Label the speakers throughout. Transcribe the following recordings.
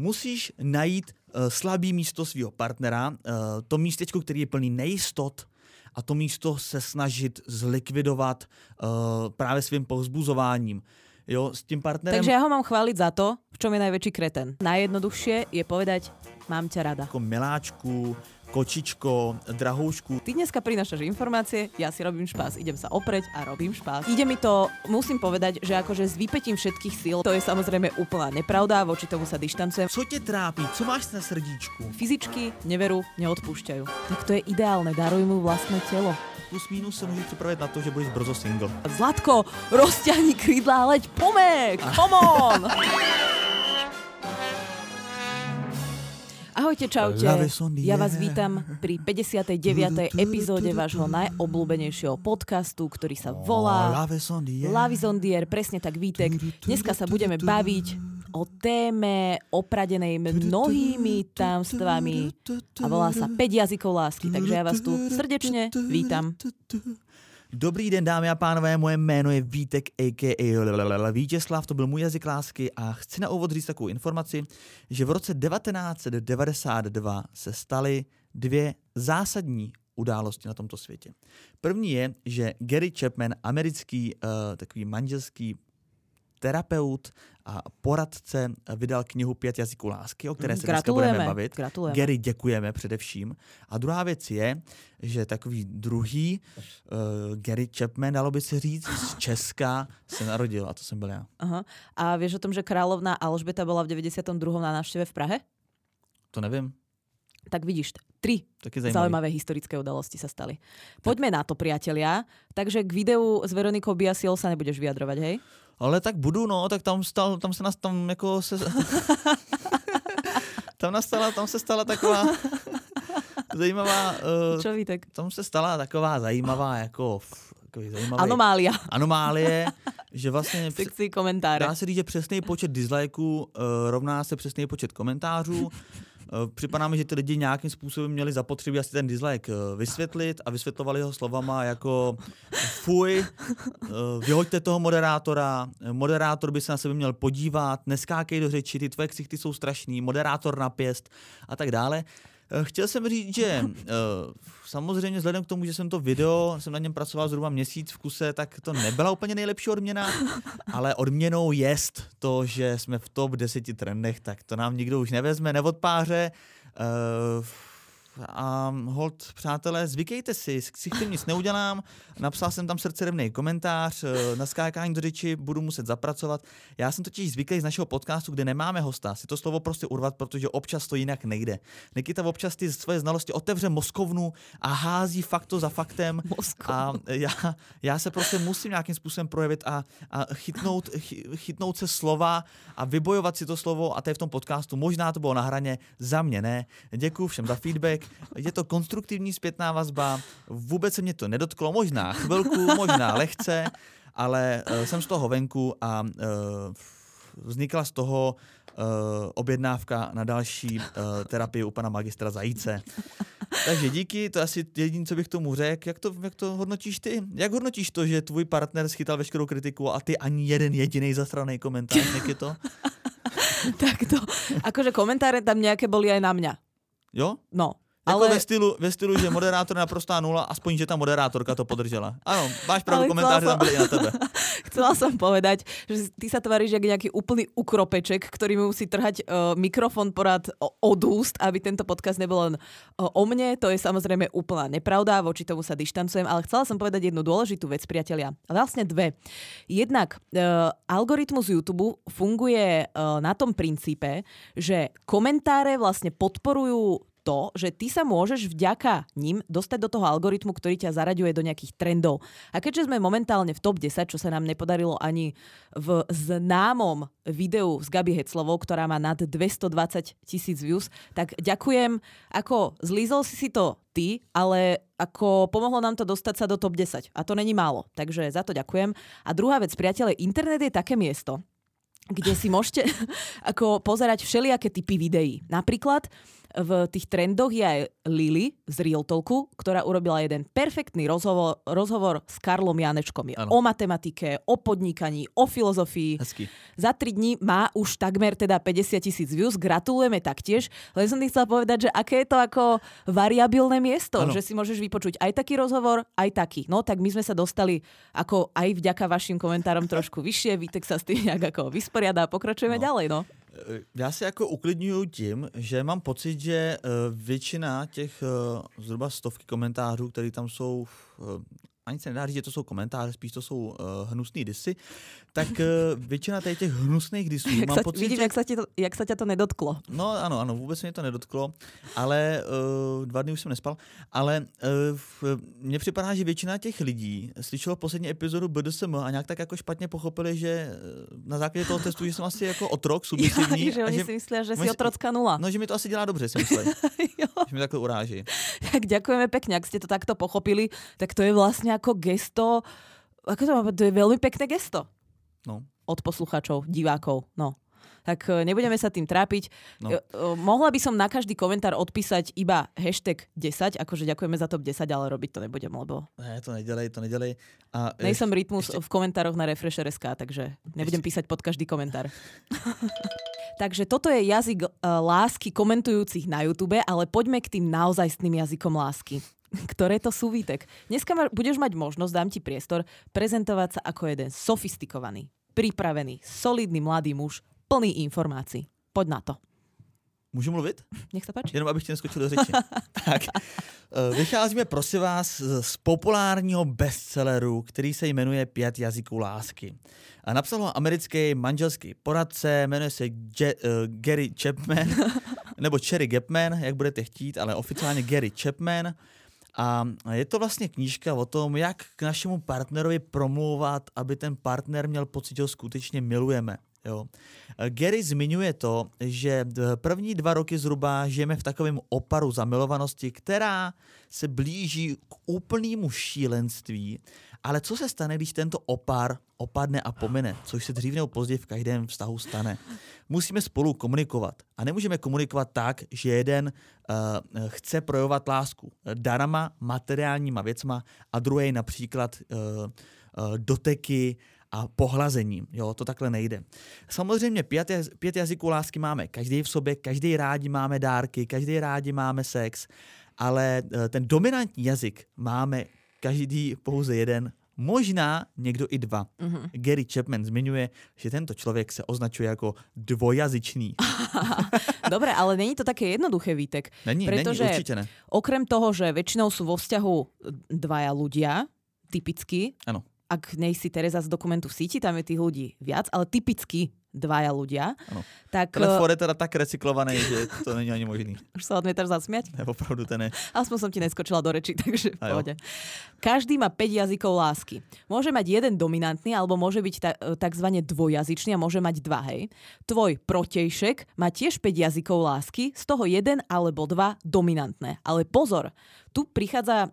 Speaker 1: musíš najít slabý místo svého partnera, to místečko, který je plný nejistot, a to místo se snažit zlikvidovat právě svým povzbuzováním. Jo, s tím partnerem...
Speaker 2: Takže ja ho mám chváliť za to, v čom je najväčší kreten. Najjednoduchšie je povedať, mám ťa rada.
Speaker 1: Ako miláčku, kočičko, drahoušku.
Speaker 2: Ty dneska prinášaš informácie, ja si robím špás, idem sa opreť a robím špás. Ide mi to, musím povedať, že akože s vypätím všetkých síl, to je samozrejme úplná nepravda, voči tomu sa dištancujem.
Speaker 1: Co tě trápí? Co máš na srdíčku?
Speaker 2: Fyzičky neveru, neodpúšťajú. Tak to je ideálne, daruj mu vlastné telo.
Speaker 1: Plus minus se můžeš připravit na to, že budeš brzo single.
Speaker 2: Zlatko, rozťahni krídla a leď pomek, come on! Ahojte, čaute. Ja vás vítam pri 59. epizóde vášho najobľúbenejšieho podcastu, ktorý sa volá Love is on the air. Presne tak, Vítek. Dneska sa budeme baviť o téme opradenej mnohými tajomstvami a volá sa 5 jazykov lásky. Takže ja vás tu srdečne vítam.
Speaker 1: Dobrý den, dámy a pánové, moje jméno je Vítek a.k.a. Vítězslav, to byl můj jazyk lásky a chci na úvod říct takovou informaci, že v roce 1992 se staly dvě zásadní události na tomto světě. První je, že Gary Chapman, americký takový manželský terapeut a poradce, vydal knihu 5 jazyků lásky, o které se dneska budeme bavit.
Speaker 2: Gratulujeme.
Speaker 1: Gary, děkujeme především. A druhá věc je, že takový druhý Gary Chapman, dalo by se říct, z Česka se narodil a to jsem byl já.
Speaker 2: Aha. A vieš o tom, že kráľovná Alžbeta bola v 92. na návšteve v Prahe?
Speaker 1: To nevím.
Speaker 2: Tak vidíš, 3 zaujímavé historické udalosti sa stali. Poďme na to, priatelia. Takže k videu s Veronikou Biasiel sa nebudeš vyjadrovať, hej?
Speaker 1: Ale tak budu, no, tak tam se stala taková zajímavá...
Speaker 2: Čo, Vítek?
Speaker 1: Tam se stala taková zajímavá, anomálie, že vlastně...
Speaker 2: Sekci komentáře.
Speaker 1: Dá se říct, že přesný počet dislikeů rovná se přesný počet komentářů. Připadá mi, že ty lidi nějakým způsobem měli zapotřebí asi ten dislike vysvětlit a vysvětlovali ho slovama jako fuj, vyhoďte toho moderátora, moderátor by se na sebe měl podívat, neskákej do řeči, ty tvoje ksichty jsou strašný, moderátor na pěst a tak dále. Chtěl jsem říct, že samozřejmě vzhledem k tomu, že jsem na něm pracoval zhruba měsíc v kuse, tak to nebyla úplně nejlepší odměna, ale odměnou jest to, že jsme v top 10 trendech, tak to nám nikdo už nevezme, neodpáře. A hold, přátelé, zvykejte si, s ksichtem nic neudělám, napsal jsem tam srdcerevný komentář, na skákání do řeči budu muset zapracovat. Já jsem totiž zvyklý z našeho podcastu, kde nemáme hosta, si to slovo prostě urvat, protože občas to jinak nejde. Nikita občas ty svoje znalosti otevře mozkovnu a hází fakto za faktem a já se prostě musím nějakým způsobem projevit a chytnout se slova a vybojovat si to slovo a to je v tom podcastu. Možná to bylo na hraně, za mě ne. Děkuju všem za feedback. Je to konstruktivní zpětná vazba, vůbec se mě to nedotklo, možná chvilku, možná lehce, ale jsem z toho venku a vznikla z toho objednávka na další terapii u pana magistra Zajíce. Takže díky, to je asi jediné, co bych tomu řekl. Jak to hodnotíš ty? Jak hodnotíš to, že tvůj partner schytal veškerou kritiku a ty ani jeden jedinej zasranej komentář, Nikito?
Speaker 2: Tak to, akože komentáre tam nejaké boli aj na mňa.
Speaker 1: Jo?
Speaker 2: No.
Speaker 1: Jako ve stylu, že moderátor je naprostá nula, aspoň, že ta moderátorka to podržela. Áno, máš pravdu, komentáře tam byli i na tebe.
Speaker 2: Chcela som povedať, že ty sa tváriš jak nejaký úplný ukropeček, ktorý musí trhať mikrofón porad od úst, aby tento podcast nebol len o mne. To je samozrejme úplná nepravda, voči tomu sa dištancujem, ale chcela som povedať jednu dôležitú vec, priatelia. Vlastne dve. Jednak algoritmus YouTube funguje na tom princípe, že komentáre vlastne podporujú to, že ty sa môžeš vďaka ním dostať do toho algoritmu, ktorý ťa zaraďuje do nejakých trendov. A keďže sme momentálne v top 10, čo sa nám nepodarilo ani v známom videu s Gabi Heclovou, ktorá má nad 220 000 views, tak ďakujem. Ako zlízol si to ty, ale ako pomohlo nám to dostať sa do top 10. A to není málo. Takže za to ďakujem. A druhá vec, priatelé, internet je také miesto, kde si môžete ako pozerať všelijaké typy videí. Napríklad v tých trendoch je aj Lily z Real Talku, ktorá urobila jeden perfektný rozhovor s Karlom Janečkom. O matematike, o podnikaní, o filozofii.
Speaker 1: Hezky.
Speaker 2: Za 3 dní má už takmer teda 50,000 views. Gratulujeme taktiež. Len som ti chcela povedať, že aké je to ako variabilné miesto, že si môžeš vypočuť aj taký rozhovor, aj taký. No tak my sme sa dostali ako aj vďaka vašim komentárom trošku vyššie. Vítek sa s tým nejak ako vysporiada a pokračujeme ďalej, no.
Speaker 1: Já se jako uklidňuju tím, že mám pocit, že většina těch zhruba 100 komentářů, které tam jsou, ani se nedá říct, že to jsou komentáře, spíš to jsou hnusný disy, tak většina těch hnusných disů mám pocit,
Speaker 2: vidím, jak sa ťa to nedotklo.
Speaker 1: No ano, vůbec mě to nedotklo, ale 2 dny už jsem nespal, ale mně připadá, že většina těch lidí slyšelo poslední epizodu BDSM a nějak tak jako špatně pochopili, že na základě toho testu, že jsem asi jako otrok submisivní.
Speaker 2: Že oni si myslia, že si otrocká nula.
Speaker 1: No, že mi to asi dělá dobře, si myslí. Že mi takhle uráží.
Speaker 2: Tak ďakujeme pekne, ak ste to takto pochopili, tak to je vlastne ako gesto, to je veľmi pekné gesto.
Speaker 1: No.
Speaker 2: Od poslucháčov, divákov, no. Tak nebudeme sa tým trápiť.
Speaker 1: No.
Speaker 2: Mohla by som na každý komentár odpísať iba #10, akože ďakujeme za top 10, ale robiť to nebudem, lebo...
Speaker 1: Ne, to nedelej. A
Speaker 2: nejsem rytmus v komentároch na Refresher.sk, takže nebudem písať pod každý komentár. Takže toto je jazyk lásky komentujúcich na YouTube, ale poďme k tým naozajstným jazykom lásky. Ktoré to sú, Vítek? Dneska budeš mať možnosť, dám ti priestor, prezentovať sa ako jeden sofistikovaný, pripravený, solidný mladý muž, plný informácií. Poď na to.
Speaker 1: Můžu mluvit?
Speaker 2: Nech sa páči.
Speaker 1: Jenom abych ti neskočil do řeči. Tak, vycházíme, prosím vás, z populárního bestselleru, který se jmenuje 5 jazyků lásky. A napsal ho americký manželský poradce, jmenuje se Gary Chapman, nebo Cherry Gapman, jak budete chtít, ale oficiálně Gary Chapman. A je to vlastně knížka o tom, jak k našemu partnerovi promlouvat, aby ten partner měl pocit, že ho skutečně milujeme. Jo. Gary zmiňuje to, že první 2 roky zhruba žijeme v takovém oparu zamilovanosti, která se blíží k úplnému šílenství. Ale co se stane, když tento opar opadne a pomine, což se dřív nebo později v každém vztahu stane? Musíme spolu komunikovat. A nemůžeme komunikovat tak, že jeden chce projevovat lásku darama, materiálníma věcma a druhý například doteky a pohlazením. Jo, to takhle nejde. Samozřejmě 5 jazyků lásky máme každý v sobě, každý rádi máme dárky, každý rádi máme sex, ale ten dominantní jazyk máme každý pouze jeden, možná někdo i 2. Mm-hmm. Gary Chapman zmiňuje, že tento člověk se označuje jako dvojazyčný.
Speaker 2: Dobre, ale není to také jednoduché, Vítek.
Speaker 1: Není, určite ne.
Speaker 2: Okrem toho, že väčšinou sú vo vzťahu 2 ľudia, typicky,
Speaker 1: ano.
Speaker 2: Ak nejsi Tereza z dokumentu v síti, tam je tých ľudí viac, ale typicky 2 ľudia.
Speaker 1: Ano.
Speaker 2: Tak,
Speaker 1: telefón je teda tak recyklovaný, že to není ani možný.
Speaker 2: Už sa odmietaš zasmiať?
Speaker 1: Ne, opravdu to ne.
Speaker 2: Aspoň som ti neskočila do reči, takže v pohode. Každý má 5 jazykov lásky. Môže mať jeden dominantný, alebo môže byť takzvané dvojjazyčný a môže mať 2, hej. Tvoj protejšek má tiež 5 jazykov lásky, z toho 1 alebo 2 dominantné. Ale pozor, tu prichádza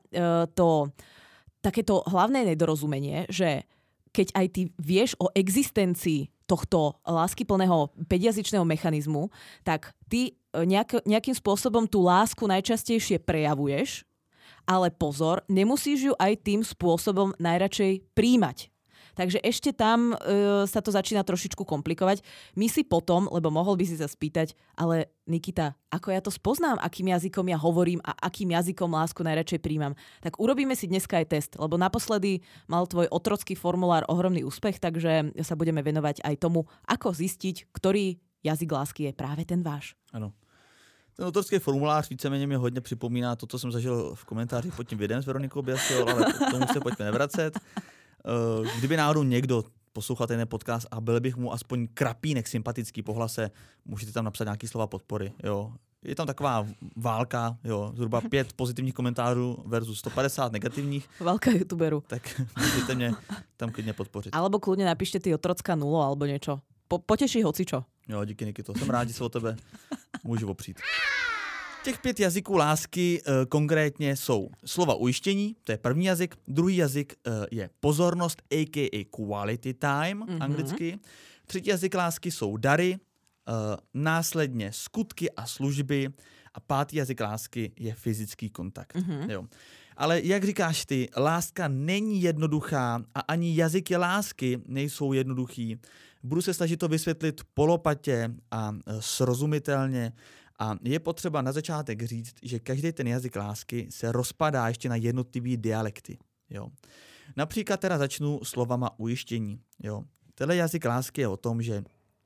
Speaker 2: takéto hlavné nedorozumenie, že keď aj ty vieš o existencii tohto láskyplného 5-jazyčného mechanizmu, tak ty nejakým spôsobom tú lásku najčastejšie prejavuješ, ale pozor, nemusíš ju aj tým spôsobom najradšej príjmať. Takže ešte tam sa to začína trošičku komplikovať. My si potom, lebo mohol by si sa spýtať, ale Nikita, ako ja to spoznám, akým jazykom ja hovorím a akým jazykom lásku najradšej príjmam. Tak urobíme si dneska aj test, lebo naposledy mal tvoj otrocký formulár ohromný úspech, takže sa budeme venovať aj tomu, ako zistiť, ktorý jazyk lásky je práve ten váš.
Speaker 1: Ano. Ten autorský formulář víceméně mě hodně připomíná to, co jsem zažil v komentáři pod tím videem s Veronikou Biasiol, ale k tomu se pojďme nevracet. Kdyby náhodou někdo poslouchal ten podcast a byl bych mu aspoň krapínek sympatický po hlase, můžete tam napsat nějaký slova podpory. Jo. Je tam taková válka, jo, zhruba 5 pozitivních komentářů versus 150 negativních.
Speaker 2: Válka youtuberů.
Speaker 1: Tak můžete mě tam klidně podpořit.
Speaker 2: Alebo klidně napište ty otrocká 0 alebo niečo. Poteší hocičo.
Speaker 1: Jo, díky Nikito. Jsem rád, že se o tebe můžu opřít. Těch 5 jazyků lásky konkrétně jsou slova ujištění, to je první jazyk, druhý jazyk je pozornost, a.k.a. quality time, anglicky. Třetí jazyk lásky jsou dary, následně skutky a služby a 5. jazyk lásky je fyzický kontakt. Jo. Ale jak říkáš ty, láska není jednoduchá a ani jazyky lásky nejsou jednoduchý. Budu se snažit to vysvětlit polopatě a srozumitelně. A je potřeba na začátek říct, že každý ten jazyk lásky se rozpadá ještě na jednotlivý dialekty. Jo. Například teda začnu slovama ujištění. Jo. Tenhle jazyk lásky je o tom, že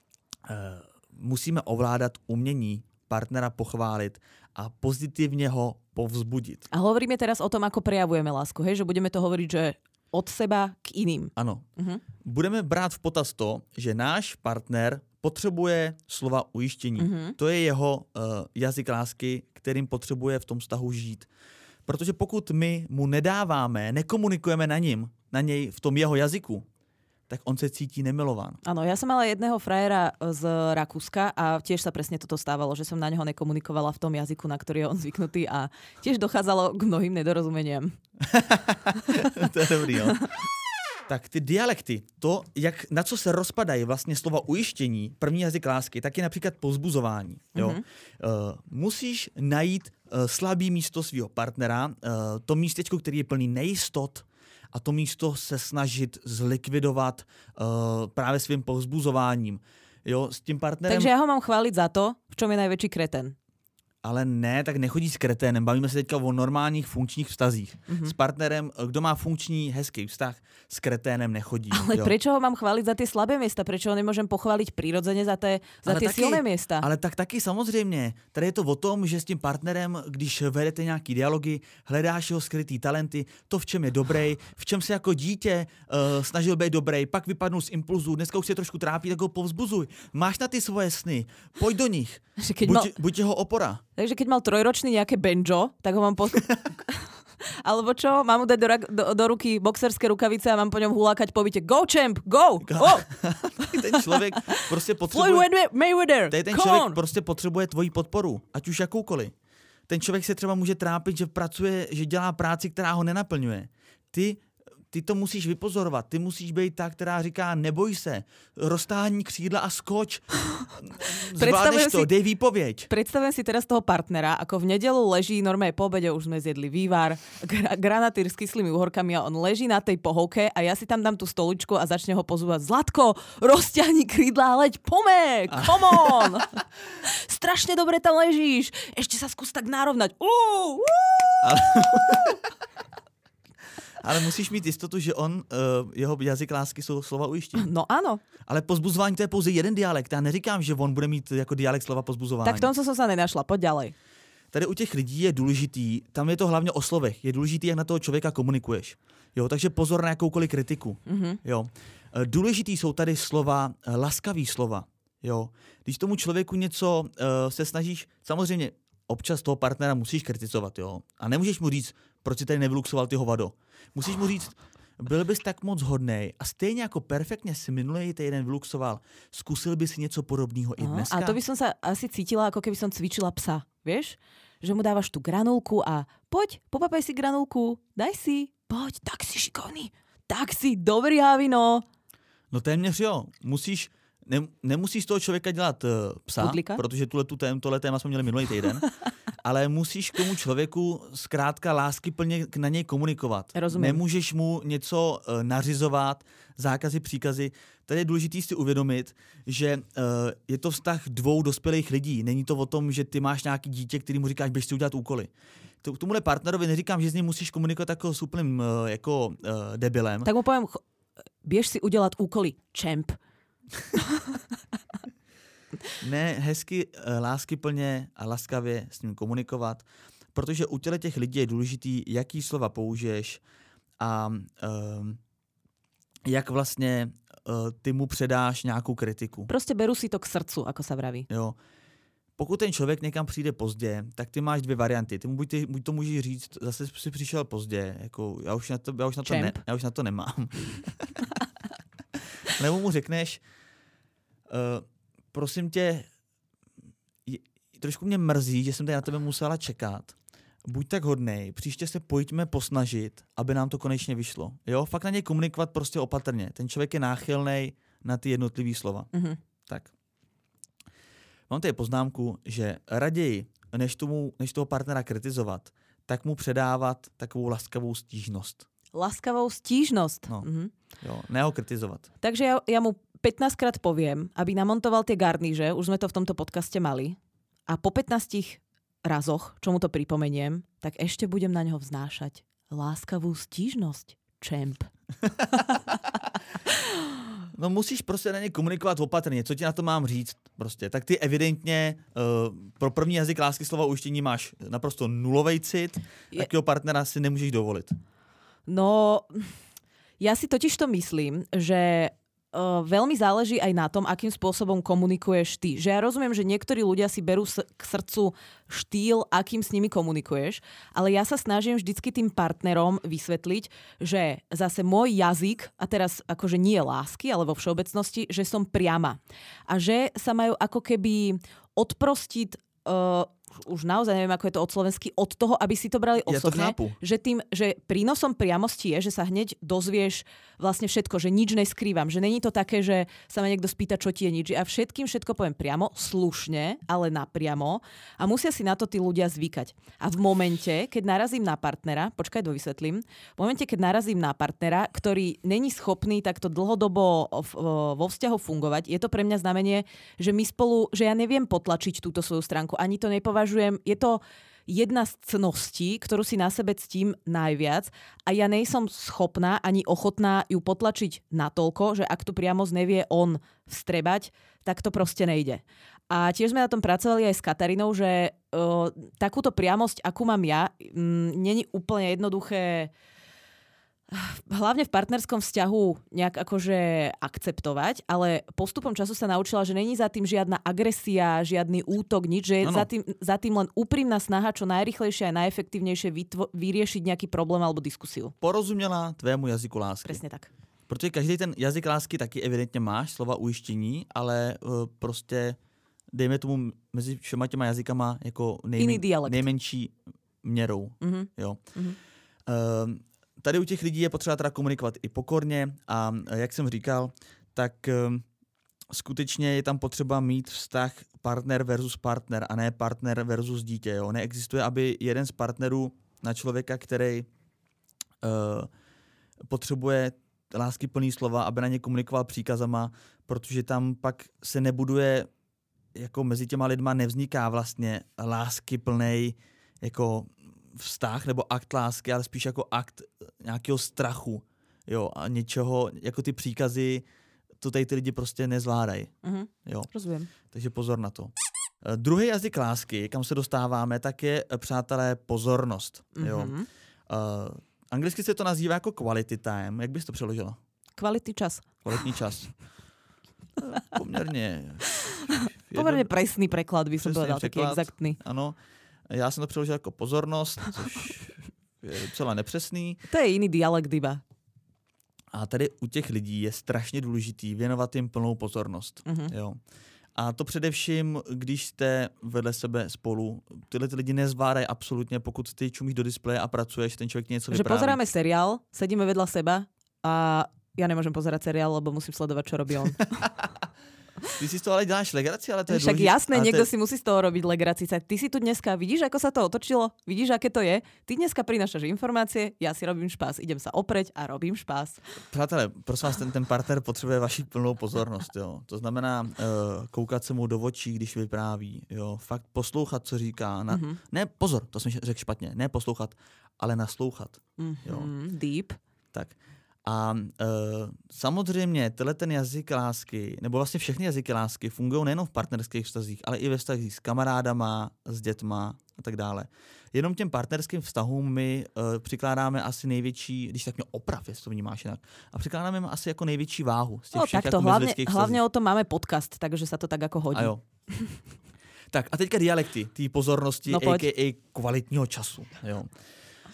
Speaker 1: musíme ovládat umění partnera pochválit a pozitivně ho povzbudit.
Speaker 2: A hovoríme teraz o tom, ako prejavujeme lásku, hej? Že budeme to hovoriť, že od seba k iným.
Speaker 1: Ano. Budeme brát v potaz to, že náš partner potřebuje slova ujištění. To je jeho jazyk lásky, kterým potřebuje v tom vztahu žít. Protože pokud my mu nedáváme, nekomunikujeme na něj v tom jeho jazyku, tak on se cítí nemilován.
Speaker 2: Áno, ja som mala jedného frajera z Rakúska a tiež sa presne toto stávalo, že som na neho nekomunikovala v tom jazyku, na ktorý je on zvyknutý a tiež dochádzalo k mnohým nedorozumeniam.
Speaker 1: To je dobrý, jo. Tak ty dialekty, to, na co se rozpadají vlastně slova ujištění, první jazyk lásky, tak je například povzbuzování. Jo? Musíš najít slabý místo svého partnera, to místečko, který je plný nejistot, a to místo se snažit zlikvidovat právě svým povzbuzováním. Jo, s tím partnerem...
Speaker 2: Takže já ho mám chválit za to, v čom je největší kreten.
Speaker 1: Ale ne, tak nechodí s kreténem. Bavíme se teďka o normálních funkčních vztazích. S partnerem, kdo má funkční, hezký vztah, s kreténem nechodí.
Speaker 2: Ale jo. Prečo ho mám chválit za ty slabé města? Prečo ho nemůžem pochválit přirozeně za ty silné města?
Speaker 1: Ale tak taky samozřejmě. Tady je to o tom, že s tím partnerem, když vedete nějaký dialogy, hledáš jeho skrytý talenty, to, v čem je dobrý, v čem se jako dítě snažil být dobrý, pak vypadnul z impulzu, dneska už se trošku trápí, tak ho povzbuzuj. Máš na ty svoje sny, pojď do nich. Buď jeho opora.
Speaker 2: Takže keď mal 3-ročný nejaké banjo, tak ho mám Alebo čo? Mám mu dať do ruky boxerské rukavice a mám po ňom hulákať po byte. Go, champ! Go! Go!
Speaker 1: Ten člověk prostě potřebuje...
Speaker 2: Mayweather!
Speaker 1: Ten člověk prostě potřebuje tvoji podporu, ať už jakoukoliv. Ten člověk se třeba může trápit, že pracuje, že dělá práci, která ho nenaplňuje. Ty to musíš vypozorovat. Ty musíš být ta, která říká, neboj se, roztáhni křídla a skoč. Zvládneš to, dej výpověď.
Speaker 2: Predstavujem si teraz toho partnera, ako v nedelu leží, normálne po obede už sme zjedli vývar, granatýr s kyslými uhorkami a on leží na tej pohovke a ja si tam dám tú stoličku a začne ho pozúvať. Zlatko, rozťahni krídla a leď, pome, come on. Strašne dobre tam ležíš. Ešte sa skús tak narovnať.
Speaker 1: Ale musíš mít jistotu, že jeho jazyk lásky jsou slova ujištění.
Speaker 2: No ano.
Speaker 1: Ale pozbuzování to je pouze jeden dialekt. Já neříkám, že on bude mít jako dialekt slova pozbuzování.
Speaker 2: Tak v tom, co jsem se nenašla, pojď ďalej.
Speaker 1: Tady u těch lidí je důležitý, tam je to hlavně o slovech, je důležitý, jak na toho člověka komunikuješ. Jo, takže pozor na jakoukoliv kritiku. Jo. Důležitý jsou tady slova, laskavý slova. Jo. Když tomu člověku něco se snažíš, samozřejmě občas toho partnera musíš kritizovat, jo. A nemůžeš mu říct, proč si tady nevyluxoval ty hovado. Musíš mu říct, byl bys tak moc hodnej a stejně jako perfektně si minulý týden vyluxoval, zkusil by si něco podobného i dneska?
Speaker 2: A to by som sa asi cítila, ako keby som cvičila psa, vieš? Že mu dávaš tú granulku a poď, popapaj si granulku, daj si, poď, tak si šikovný, tak si dobrý Havino.
Speaker 1: No téměř jo, nemusíš z toho člověka dělat psa,
Speaker 2: Pudlíka?
Speaker 1: Protože tohle téma jsme měli minulý týden, ale musíš k tomu člověku zkrátka láskyplně na něj komunikovat.
Speaker 2: Rozumím.
Speaker 1: Nemůžeš mu něco nařizovat, zákazy, příkazy. Tady je důležité si uvědomit, že je to vztah dvou dospělých lidí. Není to o tom, že ty máš nějaký dítě, který mu říkáš, běž si udělat úkoly. K tomuhle partnerovi neříkám, že s ním musíš komunikovat jako s úplným debilem.
Speaker 2: Tak mu poviem, běž si udělat úkoly, champ.
Speaker 1: Ne, hezky, láskyplně a laskavě s ním komunikovat, protože u těch lidí je důležitý, jaký slova použiješ a jak vlastně ty mu předáš nějakou kritiku.
Speaker 2: Prostě beru si to k srdcu, ako sa vraví.
Speaker 1: Jo. Pokud ten člověk někam přijde pozdě, tak ty máš dvě varianty. Ty mu buď to můžeš říct, zase si přišel pozdě, jako já už na to nemám. Nebo mu řekneš, prosím tě, trošku mě mrzí, že jsem tady na tebe musela čekat. Buď tak hodnej, příště se pojďme posnažit, aby nám to konečně vyšlo. Jo, fakt na něj komunikovat prostě opatrně. Ten člověk je náchylnej na ty jednotlivý slova. Tak. Mám tady poznámku, že raději, než toho partnera kritizovat, tak mu předávat takovou laskavou stížnost.
Speaker 2: Laskavou stížnost.
Speaker 1: No, jo, ne ho kritizovat.
Speaker 2: Takže ja mu 15-krát poviem, aby namontoval tie garníže, už sme to v tomto podcaste mali, a po 15 razoch, čo mu to pripomeniem, tak ešte budem na ňo vznášať láskavú stížnosť, champ.
Speaker 1: No musíš prostě na ně komunikovat opatrně, co ti na to mám říct prostě. Tak ty evidentně pro první jazyk lásky slova ujištění máš naprosto nulovej cit, takého partnera si nemůžeš dovolit.
Speaker 2: No, ja si totiž to myslím, že veľmi záleží aj na tom, akým spôsobom komunikuješ ty. Že ja rozumiem, že niektorí ľudia si berú k srdcu štýl, akým s nimi komunikuješ, ale ja sa snažím vždycky tým partnerom vysvetliť, že zase môj jazyk, a teraz akože nie lásky, ale vo všeobecnosti, že som priama. A že sa majú ako keby odprostiť už naozaj neviem, ako je to od slovensky, od toho, aby si to brali osobne. Že prínosom priamosti je, že sa hneď dozvieš vlastne všetko, že nič neskrývam, že není to také, že sa ma niekto spýta, čo ti je nič. Ja všetko poviem priamo, slušne, ale napriamo a musia si na to tí ľudia zvykať. A v momente, keď narazím na partnera, dovysvetlím, v momente, keď narazím na partnera, ktorý není schopný takto dlhodobo vo vzťahu fungovať, je to pre mňa znamenie, že my spolu, že ja neviem potlačiť túto svoju stránku, ani to nepovažujem, je to jedna z cností, ktorú si na sebe ctím najviac a ja nejsom schopná ani ochotná ju potlačiť natoľko, že ak tu priamo nevie on vstrebať, tak to proste nejde. A tiež sme na tom pracovali aj s Katarínou, že takúto priamosť, akú mám ja, není úplne jednoduché hlavne v partnerskom vzťahu nejak akože akceptovať, ale postupom času sa naučila, že není za tým žiadna agresia, žiadny útok, nič, že je za tým len úprimná snaha čo najrychlejšie a najefektívnejšie vyriešiť nejaký problém alebo diskusiu.
Speaker 1: Porozuměla tvému jazyku lásky.
Speaker 2: Presne tak.
Speaker 1: Protože každý ten jazyk lásky taky evidentně máš, slova ujištění, ale prostě dejme tomu mezi všema těma jazykama jako nejmenší měrou. Mm-hmm. Jo. Mm-hmm. Tady u těch lidí je potřeba teda komunikovat i pokorně a jak jsem říkal, tak skutečně je tam potřeba mít vztah partner versus partner a ne partner versus dítě. Jo? Neexistuje, aby jeden z partnerů na člověka, který potřebuje láskyplný slova, aby na ně komunikoval příkazama, protože tam pak se nebuduje, jako mezi těma lidma nevzniká vlastně láskyplnej jako vztah nebo akt lásky, ale spíš jako akt nějakého strachu, jo, a něčeho, jako ty příkazy, to tady ty lidi prostě nezvládají.
Speaker 2: Mm-hmm.
Speaker 1: Jo.
Speaker 2: Rozumím.
Speaker 1: Takže pozor na to. Druhý jazyk lásky, kam se dostáváme, tak je, přátelé, pozornost. Mm-hmm. Jo. Anglicky se to nazývá jako quality time. Jak bys to přeložila?
Speaker 2: Quality čas.
Speaker 1: Kvalitní čas. Poměrně
Speaker 2: presný preklad by som povedal, taký exaktný.
Speaker 1: Ano. Já jsem to přeložil jako pozornost, což je docela nepřesný.
Speaker 2: To je jiný dialekt iba.
Speaker 1: A tady u těch lidí je strašně důležitý věnovat jim plnou pozornost. Mm-hmm. Jo. A to především, když jste vedle sebe spolu. Tyhle ty lidi nezvládají absolutně, pokud ty čumíš do displeje a pracuješ, ten člověk něco vypráví.
Speaker 2: Že pozeráme seriál, sedíme vedľa seba a ja nemôžem pozerať seriál, lebo musím sledovať, čo robí on.
Speaker 1: Ty si z toho ale děláš legraci, ale to je
Speaker 2: však dôležité. Jasné, niekto si musí z toho robiť legraci. Ty si tu dneska, vidíš, ako sa to otočilo? Vidíš, aké to je? Ty dneska prinášaš informácie, ja si robím špás. Idem sa opreť a robím špás.
Speaker 1: Přátelé, prosím vás, ten partner potřebuje vaši plnou pozornost. Jo. To znamená koukat se mu do očí, když vypráví. Jo. Fakt poslouchat, co říká. Ne, pozor, to jsem řekl špatně. Ne poslouchat, ale naslouchat. Jo.
Speaker 2: Deep.
Speaker 1: Tak. A samozřejmě tenhle ten jazyk lásky, nebo vlastně všechny jazyky lásky fungují nejen v partnerských vztazích, ale i ve vztazích s kamarádama, s dětma a tak dále. Jenom těm partnerským vztahům my přikládáme asi největší, když tak mě oprav, jestli to vnímáš jinak, a přikládáme jim asi jako největší váhu z těch všech
Speaker 2: takto,
Speaker 1: jako mezilidských vztazích.
Speaker 2: Hlavně o tom máme podcast, takže se to tak jako hodí.
Speaker 1: A jo. Tak a teďka dialekty, té pozornosti, a.k.a. kvalitního času. Jo.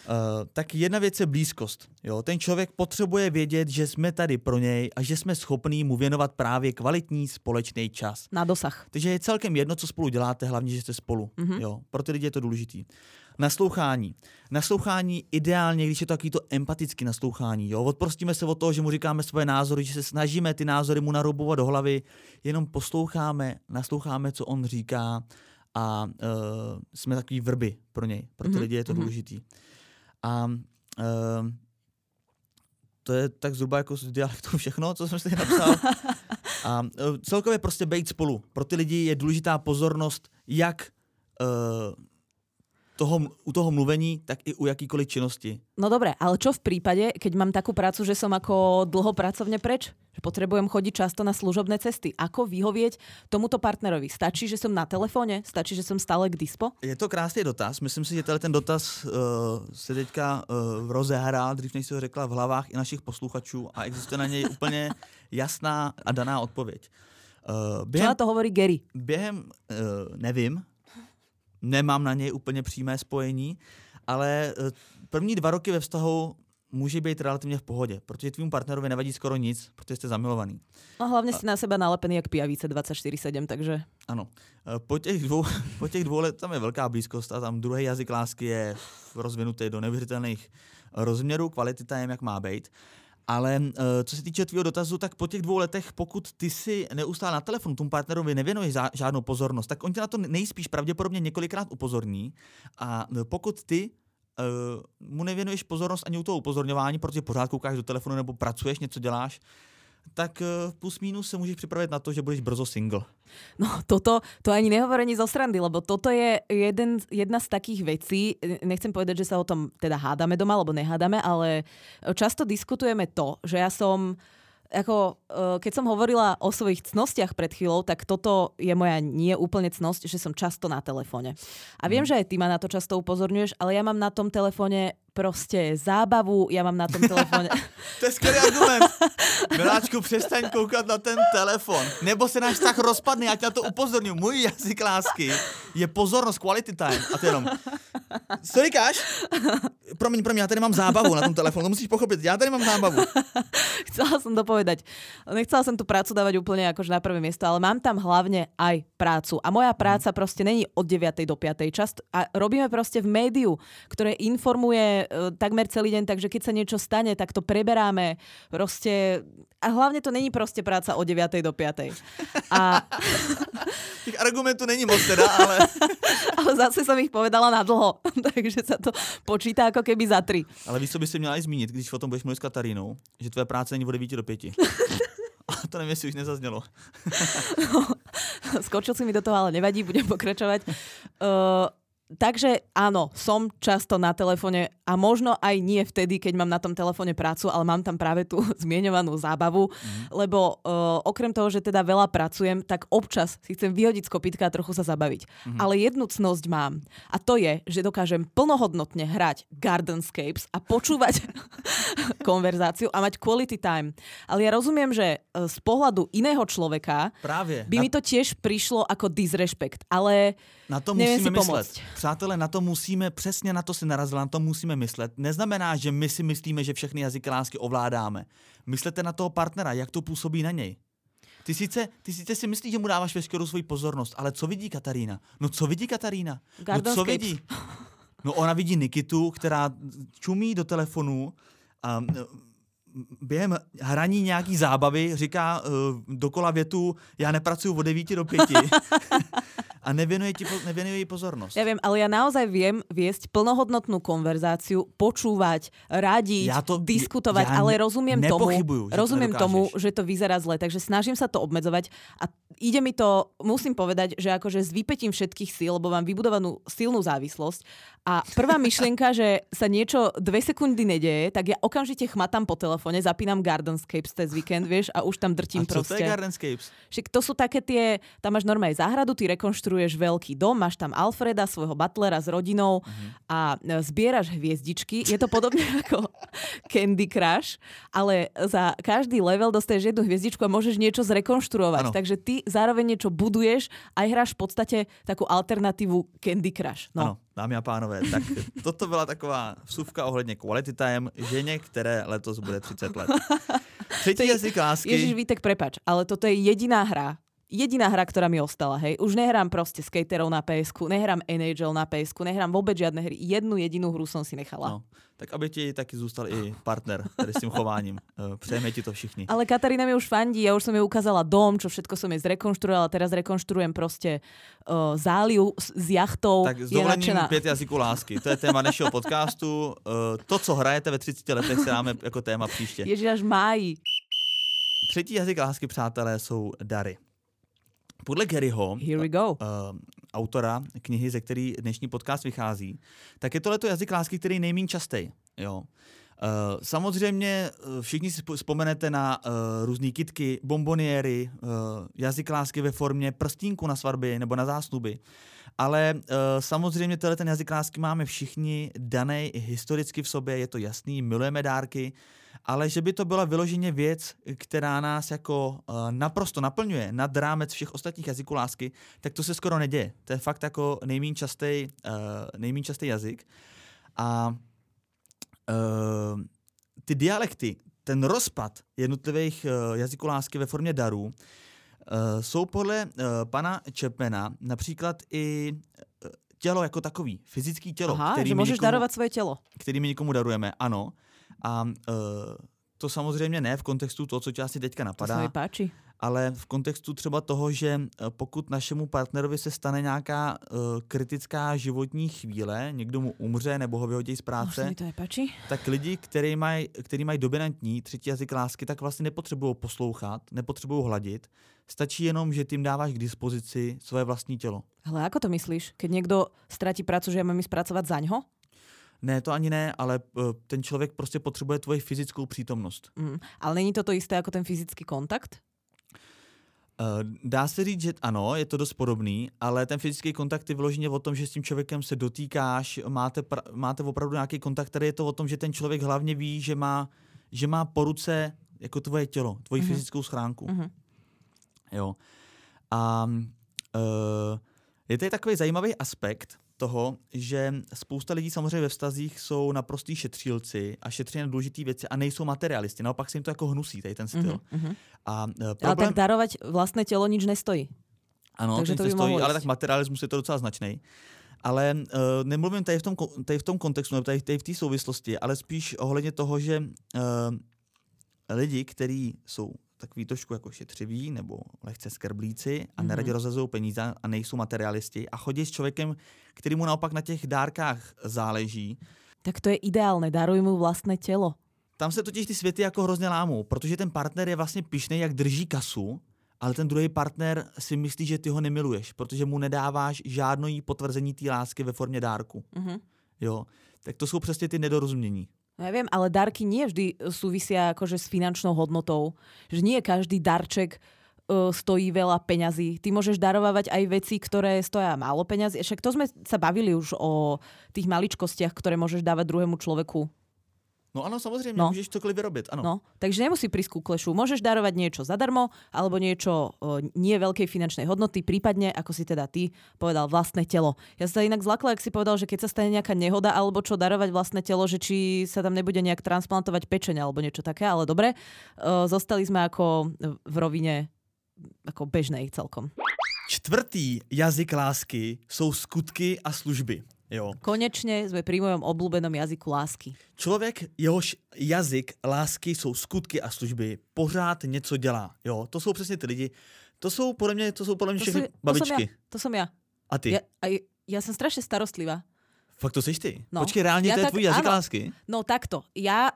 Speaker 1: Tak jedna věc je blízkost. Jo? Ten člověk potřebuje vědět, že jsme tady pro něj a že jsme schopní mu věnovat právě kvalitní společný čas.
Speaker 2: Na dosah.
Speaker 1: Takže je celkem jedno, co spolu děláte, hlavně, že jste spolu. Jo? Pro ty lidi je to důležitý. Naslouchání. Naslouchání ideálně, když je to takový to empatický naslouchání. Jo? Odprostíme se od toho, že mu říkáme svoje názory, že se snažíme ty názory mu naroubovat do hlavy, jenom posloucháme, nasloucháme, co on říká a jsme takový vrby pro něj. Pro ty lidi je to důležitý. A to je tak zhruba jako z dialektu všechno, co jsem si napsal. A celkově prostě být spolu. Pro ty lidi je důležitá pozornost, jak u toho mluvení, tak i u jakýkoliv činnosti.
Speaker 2: No dobre, ale čo v prípade, keď mám takú prácu, že som ako dlho pracovne preč? Že potrebujem chodiť často na služobné cesty. Ako vyhovieť tomuto partnerovi? Stačí, že som na telefóne? Stačí, že som stále k dispo?
Speaker 1: Je to krásný dotaz. Myslím si, že ten dotaz se teďka rozehrál, dřív než si ho řekla, v hlavách i našich posluchačů a existuje na něj úplně jasná a daná odpověď.
Speaker 2: Čo na to hovorí Gary?
Speaker 1: Nevím. Nemám na něj úplně přímé spojení, ale první 2 roky ve vztahu může být relativně v pohodě, protože tvým partnerovi nevadí skoro nic, protože jste zamilovaný.
Speaker 2: No hlavně si na seba nalepený jak pijavice 24/7, takže...
Speaker 1: Ano. Po těch 2 let tam je velká blízkost a tam druhý jazyk lásky je rozvinutý do neuvěřitelných rozměrů, quality time, jak má být. Ale co se týče tvýho dotazu, tak po těch 2 letech, pokud ty si neustále na telefonu tomu partnerovi nevěnuješ žádnou pozornost, tak on tě na to nejspíš pravděpodobně několikrát upozorní. A pokud ty mu nevěnuješ pozornost ani u toho upozorňování, protože pořád koukáš do telefonu nebo pracuješ, něco děláš, tak plus minus se můžeš připravit na to, že budeš brzo single.
Speaker 2: No to ani nehovorení zo srandy, lebo toto je jedna z takých vecí, nechcem povedať, že sa o tom teda hádame doma, alebo nehádame, ale často diskutujeme to, že ja som keď som hovorila o svojich cnostiach pred chvíľou, tak toto je moja nie úplne cnosť, že som často na telefóne. A viem, že aj ty ma na to často upozorňuješ, ale ja mám na tom telefóne prostě zábavu, já mám na tom telefóne...
Speaker 1: To je skvělý argument. Miláčku, přestaň koukat na ten telefon. Nebo se náš vztah rozpadne, já tě na to upozorňuji. Můj jazyk lásky je pozornost, quality time. A ty jenom... Co říkáš? Promiň, já tady mám zábavu na tom telefonu, to musíš pochopit, já tady mám zábavu.
Speaker 2: Chcela som to povedať. Nechcela som tu prácu dávať úplne akože na prvé miesto, ale mám tam hlavne aj prácu. A moja práca proste není od 9. do 5. čas. A robíme proste v médiu, ktoré informuje takmer celý deň, takže keď sa niečo stane, tak to preberáme proste... A hlavne to není proste práca od 9. do 5. A...
Speaker 1: Tých argumentů není moc teda, ale...
Speaker 2: Ale zase som ich povedala na dlho, takže sa to počítá ako keby za 3.
Speaker 1: Ale víš, co by si měla i zmínit, když o tom budeš mluvit s Katarínou, že tvoje práce není od 9 do 5. A to neviem, jestli už nezaznělo.
Speaker 2: No, skočil si mi do toho, ale nevadí, budem pokračovať. Takže áno, som často na telefóne a možno aj nie vtedy, keď mám na tom telefóne prácu, ale mám tam práve tú zmieňovanú zábavu, lebo okrem toho, že teda veľa pracujem, tak občas si chcem vyhodiť z kopytka a trochu sa zabaviť. Ale jednu cnosť mám a to je, že dokážem plnohodnotne hrať Gardenscapes a počúvať konverzáciu a mať quality time. Ale ja rozumiem, že z pohľadu iného človeka by mi to tiež prišlo ako disrespekt, ale
Speaker 1: na to musíme myslet. Přátelé, na to musíme, přesně na to si narazila, na to musíme myslet. Neznamená, že my si myslíme, že všechny jazyky lásky ovládáme. Myslete na toho partnera, jak to působí na něj. Ty sice si myslíš, že mu dáváš veškerou svoji pozornost, ale co vidí Katarína? No co vidí Katarína? No co vidí? No ona vidí Nikitu, která čumí do telefonu a během hraní nějaký zábavy říká dokola větu, já nepracuju od 9 do 5. A nevenuje jej pozornosť.
Speaker 2: Ja viem, ale ja naozaj viem viesť plnohodnotnú konverzáciu, počúvať, radiť, diskutovať, ale rozumiem tomu, že to vyzerá zle, takže snažím sa to obmedzovať a ide mi to, musím povedať, že akože s vypätím všetkých síl, lebo mám vybudovanú silnú závislosť a prvá myšlienka, že sa niečo 2 sekundy nedeje, tak ja okamžite chmatám po telefóne, zapínam Gardenscapes cez víkend, vieš, a už tam drtím proste.
Speaker 1: A čo to je Gardenscapes?
Speaker 2: Však to sú také tie, tam máš normálne záhradu, ty rekonštruuješ veľký dom, máš tam Alfreda, svojho butlera s rodinou a zbieraš hviezdičky. Je to podobne ako Candy Crush, ale za každý level dostaneš jednu hviezdičku a môžeš niečo zrekonštruovať. Ano. Takže ty zároveň niečo buduješ, aj hráš v podstate takú alternatívu Candy Crush. No.
Speaker 1: Ano, dámy a pánové, tak toto byla taková vsuvka ohledně Quality Time ženě, které letos bude 30 let. Třetí jazyk lásky.
Speaker 2: Ježiš, Vítek, prepáč, ale toto je jediná hra, ktorá mi ostala, hej. Už nehrám proste skaterov na PS-ku, nehrám NHL na PS-ku, nehrám vôbec žiadne hry. Jednu jedinú hru som si nechala.
Speaker 1: No, tak aby ti taky zůstal i partner tady s tím chováním. Přejeme ti to všichni.
Speaker 2: Ale Katarína mi už fandí, ja už som jej ukázala dom, čo všetko som jej zrekonštruovala, teraz rekonštruujem proste záliv s jachtou.
Speaker 1: Tak s dovolením 5 jazyků lásky. To je téma dnešního podcastu. To, co hrajete ve 30 letech, si dáme jako téma příště.
Speaker 2: Ježiš, až máji.
Speaker 1: Třetí jazyk lásky, přátelé, jsou dary. Podle Garyho, autora knihy, ze který dnešní podcast vychází, tak je tohleto jazyk lásky, který je nejméně častý. Jo. Samozřejmě všichni si vzpomenete na různý kytky, bomboniéry, jazyk lásky ve formě prstínku na svatby nebo na zásnuby. Ale samozřejmě ten jazyk lásky máme všichni daný historicky v sobě, je to jasný, milujeme dárky, ale že by to byla vyloženě věc, která nás jako naprosto naplňuje nad rámec všech ostatních jazyků lásky, tak to se skoro neděje. To je fakt jako nejméně častý jazyk. A ty dialekty, ten rozpad jednotlivých jazyků lásky ve formě darů jsou podle pana Chapmana například i tělo jako takový, fyzický tělo.
Speaker 2: Aha, že můžeš darovat svoje tělo.
Speaker 1: Který my někomu darujeme, ano. A to samozřejmě ne v kontextu toho, co tě asi teďka napadá.
Speaker 2: To se mi páči.
Speaker 1: Ale v kontextu třeba toho, že pokud našemu partnerovi se stane nějaká kritická životní chvíle, někdo mu umře nebo ho vyhodí z práce,
Speaker 2: to nepáči.
Speaker 1: Tak lidi, kteří mají dominantní třetí jazyk lásky, tak vlastně nepotřebují poslouchat, nepotřebují hladit. Stačí jenom, že tím dáváš k dispozici svoje vlastní tělo.
Speaker 2: Ale ako to myslíš? Keď někdo ztratí prácu, že ja mám ísť pracovať zaňho?
Speaker 1: Ne, to ani ne, ale ten člověk prostě potřebuje tvoji fyzickou přítomnost.
Speaker 2: Ale není to isté jako ten fyzický kontakt?
Speaker 1: Dá se říct, že ano, je to dost podobný, ale ten fyzický kontakt je vyloženě o tom, že s tím člověkem se dotýkáš, máte opravdu nějaký kontakt, tady je to o tom, že ten člověk hlavně ví, že má po ruce jako tvoje tělo, tvoji fyzickou schránku. Jo. A je tady takový zajímavý aspekt toho, že spousta lidí samozřejmě ve vztazích jsou naprostý šetřílci a šetří na důležitý věci a nejsou materialisti. Naopak se jim to jako hnusí, tady ten styl.
Speaker 2: Ale tak darovať vlastné tělo nič nestojí.
Speaker 1: Ano, to nestojí, ale tak materialismus je to docela značný. Ale nemluvím tady v tom kontextu, nebo tady v té souvislosti, ale spíš ohledně toho, že lidi, kteří jsou takový trošku jako šetřiví nebo lehce skrblíci a neradi rozhazují peníze a nejsou materialisti a chodí s člověkem, který mu naopak na těch dárkách záleží.
Speaker 2: Tak to je ideálne, daruj mu vlastné tělo.
Speaker 1: Tam se totiž ty světy jako hrozně lámou, protože ten partner je vlastně pyšnej, jak drží kasu, ale ten druhý partner si myslí, že ty ho nemiluješ, protože mu nedáváš žádný potvrzení té lásky ve formě dárku. Jo, tak to jsou přesně ty nedorozumění.
Speaker 2: No ja viem, ale darky nie vždy súvisia akože s finančnou hodnotou. Že nie každý darček stojí veľa peňazí. Ty môžeš darovať aj veci, ktoré stoja málo peňazí. Však to sme sa bavili už o tých maličkostiach, ktoré môžeš dávať druhému človeku.
Speaker 1: No ano, samozřejmě, můžeš cokoliv vyrobit, ano.
Speaker 2: No, takže nemusí prísť ku klešu. Môžeš darovať niečo zadarmo, alebo niečo nie veľkej finančnej hodnoty, prípadne, ako si teda ty povedal, vlastné telo. Ja sa inak zlakla, ak si povedal, že keď sa stane nejaká nehoda, alebo čo, darovať vlastné telo, že či sa tam nebude nejak transplantovať pečeň, alebo niečo také, ale dobre. Zostali sme ako v rovine ako bežnej celkom.
Speaker 1: Čtvrtý jazyk lásky jsou skutky a služby. Jo.
Speaker 2: Konečne sme pri mojom obľúbenom jazyku lásky.
Speaker 1: Člověk, jehož jazyk lásky jsou skutky a služby, pořád něco dělá. Jo, to jsou přesně ty lidi. To jsou podle mě všechny babičky.
Speaker 2: To som ja.
Speaker 1: A ty?
Speaker 2: Ja som strašne starostlivá.
Speaker 1: Fakt to seš ty? No. Počkej, reálně to je tvůj jazyk lásky?
Speaker 2: No takto. Ja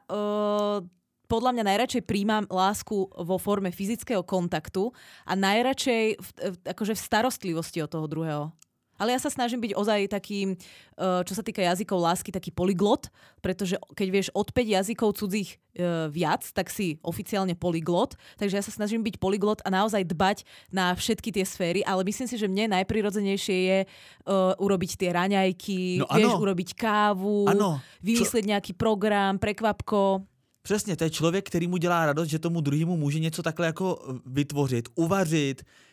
Speaker 2: podľa mňa najradšej príjmam lásku vo forme fyzického kontaktu a najradšej akože v starostlivosti od toho druhého. Ale ja sa snažím byť ozaj taký, čo sa týka jazykov lásky, taký polyglot, pretože keď vieš od 5 jazykov cudzích viac, tak si oficiálne polyglot. Takže ja sa snažím byť polyglot a naozaj dbať na všetky tie sféry, ale myslím si, že mne najprirodzenejšie je urobiť tie raňajky, vieš, urobiť kávu, vymyslet nejaký program, prekvapko.
Speaker 1: Přesně, to je člověk, který mu dělá radost, že tomu druhému může něco takhle jako vytvořit, uvařit,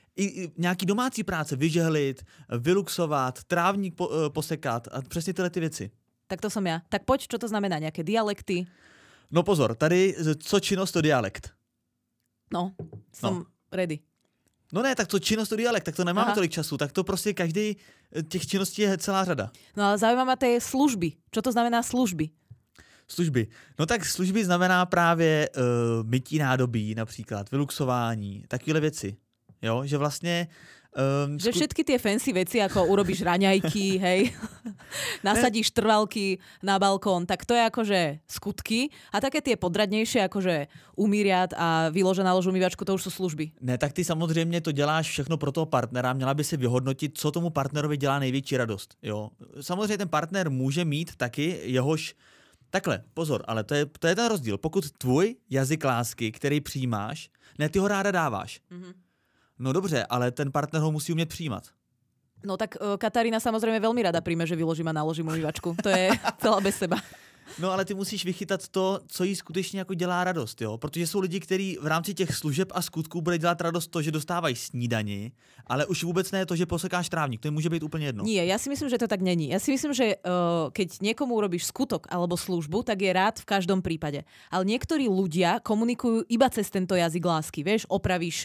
Speaker 1: i nějaký domácí práce, vyžehlit, vyluxovat, trávník posekat a přesně tyhle ty věci.
Speaker 2: Tak to som ja. Tak poď, čo to znamená, nejaké dialekty?
Speaker 1: No pozor, tady co činnost, to dialekt.
Speaker 2: No, som ready.
Speaker 1: No ne, tak co činnost, to dialekt, tak to nemáme tolik času, tak to prostě každý těch činností je celá řada.
Speaker 2: No ale zaujíma ma tie služby. Čo to znamená služby?
Speaker 1: Služby. No tak služby znamená právě mytí nádobí například, vyluxování, takové věci. Jo, že vlastně...
Speaker 2: Že všetky tie fancy veci, ako urobíš raňajky, hej, nasadíš trvalky na balkón, tak to je akože skutky a také tie podradnejšie, akože umýriat a vylože na lož umývačku, to už sú služby.
Speaker 1: Ne, tak ty samozřejmě to děláš všechno pro toho partnera, měla by si vyhodnotit, co tomu partnerovi dělá největší radost. Jo. Samozřejmě ten partner může mít taky jehož... Takhle, pozor, ale to je ten rozdíl. Pokud tvůj jazyk lásky, který přijímáš, ne, ty ho ráda dáváš. Mm-hmm. No dobře, ale ten partner ho musí umět přijímat.
Speaker 2: No tak Katarína samozrejme veľmi rada príjme, že vyložím a naložím umývačku. To je celá bez seba.
Speaker 1: No ale ty musíš vychytat to, co jí skutečně jako dělá radost, jo? Protože jsou lidi, kteří v rámci těch služeb a skutků bude dělat radost to, že dostávají snídani, ale už vůbec ne to, že posekáš trávník. To může být úplně jedno.
Speaker 2: Nie, ja si myslím, že to tak není. Ja si myslím, že keď niekomu urobíš skutok alebo službu, tak je rád v každom prípade. Ale niektorí ľudia komunikujú iba cez tento jazyk lásky. Vieš, opravíš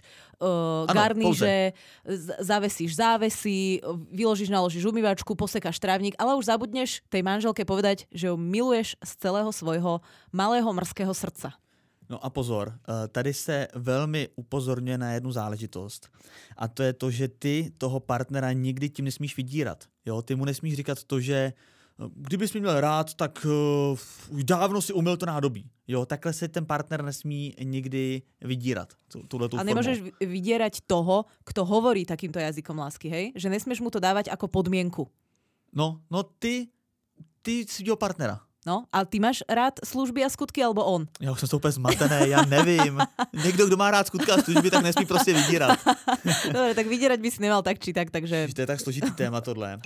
Speaker 2: garníže, zavesíš závesy, vyložíš, naložíš umývačku, posekáš trávnik, ale už zabudneš tej manželke povedať, že ho miluješ z celého svojho malého mrzkého srdca.
Speaker 1: No a pozor, tady se velmi upozorňuje na jednu záležitost. A to je to, že ty toho partnera nikdy tím nesmíš vydírat. Jo? Ty mu nesmíš říkat to, že kdybys mě měl rád, tak už dávno si umyl to nádobí. Jo? Takhle se ten partner nesmí nikdy vydírat. A
Speaker 2: nemôžeš vydierať toho, kto hovorí takýmto jazykom lásky, hej? Že nesmieš mu to dávať ako podmienku.
Speaker 1: No ty si jeho partnera.
Speaker 2: No, a ty máš rád služby a skutky, alebo on?
Speaker 1: Já už jsem to úplně zmatené, já nevím. Někdo, kdo má rád skutky a služby, tak nesmí prostě vydírat.
Speaker 2: Dobre, tak vydírať by si nemal tak či tak, takže...
Speaker 1: To je tak složitý téma tohle.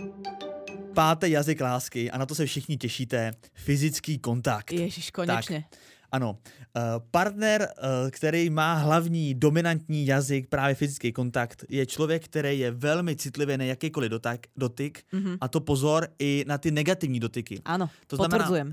Speaker 1: Pátý jazyk lásky, a na to se všichni těšíte, fyzický kontakt.
Speaker 2: Ježiš, konečne. Tak,
Speaker 1: ano, partner, který má hlavní dominantní jazyk, právě fyzický kontakt, je člověk, který je velmi citlivý na jakýkoliv dotyk, a to pozor i na ty negativní dotyky.
Speaker 2: Ano,
Speaker 1: to znamená,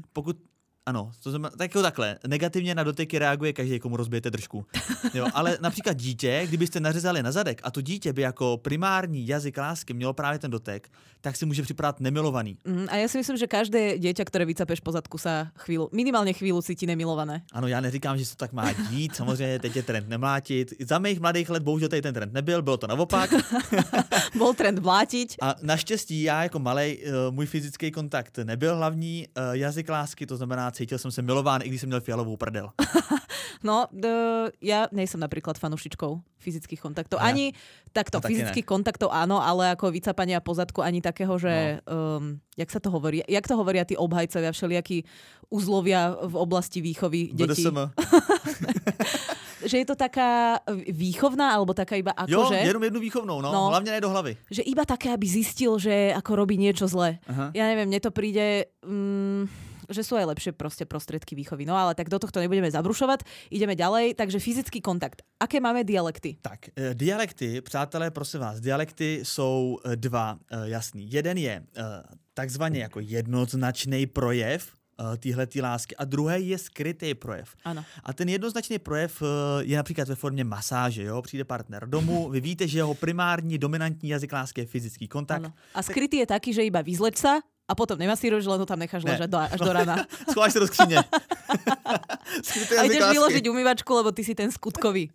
Speaker 1: to znamená, takhle, negativně na dotyky reaguje každý, komu rozbijete držku. Jo, ale například dítě, kdybyste nařezali na zadek a to dítě by jako primární jazyk lásky mělo právě ten dotek, tak si může připadat nemilovaný.
Speaker 2: A já si myslím, že každé dieťa, které vycapeš po zadku, sa minimálně chvíli cítí nemilované.
Speaker 1: Ano, já neříkám, že se to tak má dít, samozřejmě teď je trend nemlátit. Za mých mladých let bohužel tady ten trend nebyl, bylo to naopak.
Speaker 2: Bol trend mlátiť.
Speaker 1: A naštěstí já jako malej, můj fyzický kontakt nebyl hlavní jazyk lásky, to znamená, cítil jsem se milován, i když jsem měl fialovou prdel.
Speaker 2: No, ja nejsem napríklad fanúšičkou fyzických kontaktov. Ani takto, fyzických kontaktov áno, ale ako vycapania po zadku ani takého, že jak sa to hovorí? Jak to hovoria tí obhajcovia všelijakí uzlovia v oblasti výchovy detí? Že je to taká výchovná, alebo taká iba ako, že...
Speaker 1: Jo, jenom jednu výchovnou, no. Hlavne ne do hlavy.
Speaker 2: Že iba také, aby zistil, že ako robí niečo zlé. Aha. Ja neviem, mne to príde... že sú aj lepšie prostriedky výchovy. No ale tak do tohto nebudeme zabrušovať. Ideme ďalej. Takže fyzický kontakt. Aké máme dialekty?
Speaker 1: Tak, dialekty, přátelé, prosím vás, dialekty jsou dva jasný. Jeden je takzvaně jako jednoznačný projev téhletý lásky a druhý je skrytý projev.
Speaker 2: Ano.
Speaker 1: A ten jednoznačný projev je například ve formě masáže. Jo? Přijde partner domů, vy víte, že jeho primární dominantní jazyk lásky je fyzický kontakt.
Speaker 2: Ano. A skrytý je taký, že iba vyzleč sa a potom nemasíruješ, len to tam necháš ležať až do rána.
Speaker 1: Schováš sa do skrine.
Speaker 2: A ideš vyložiť umývačku, lebo ty si ten skutkový.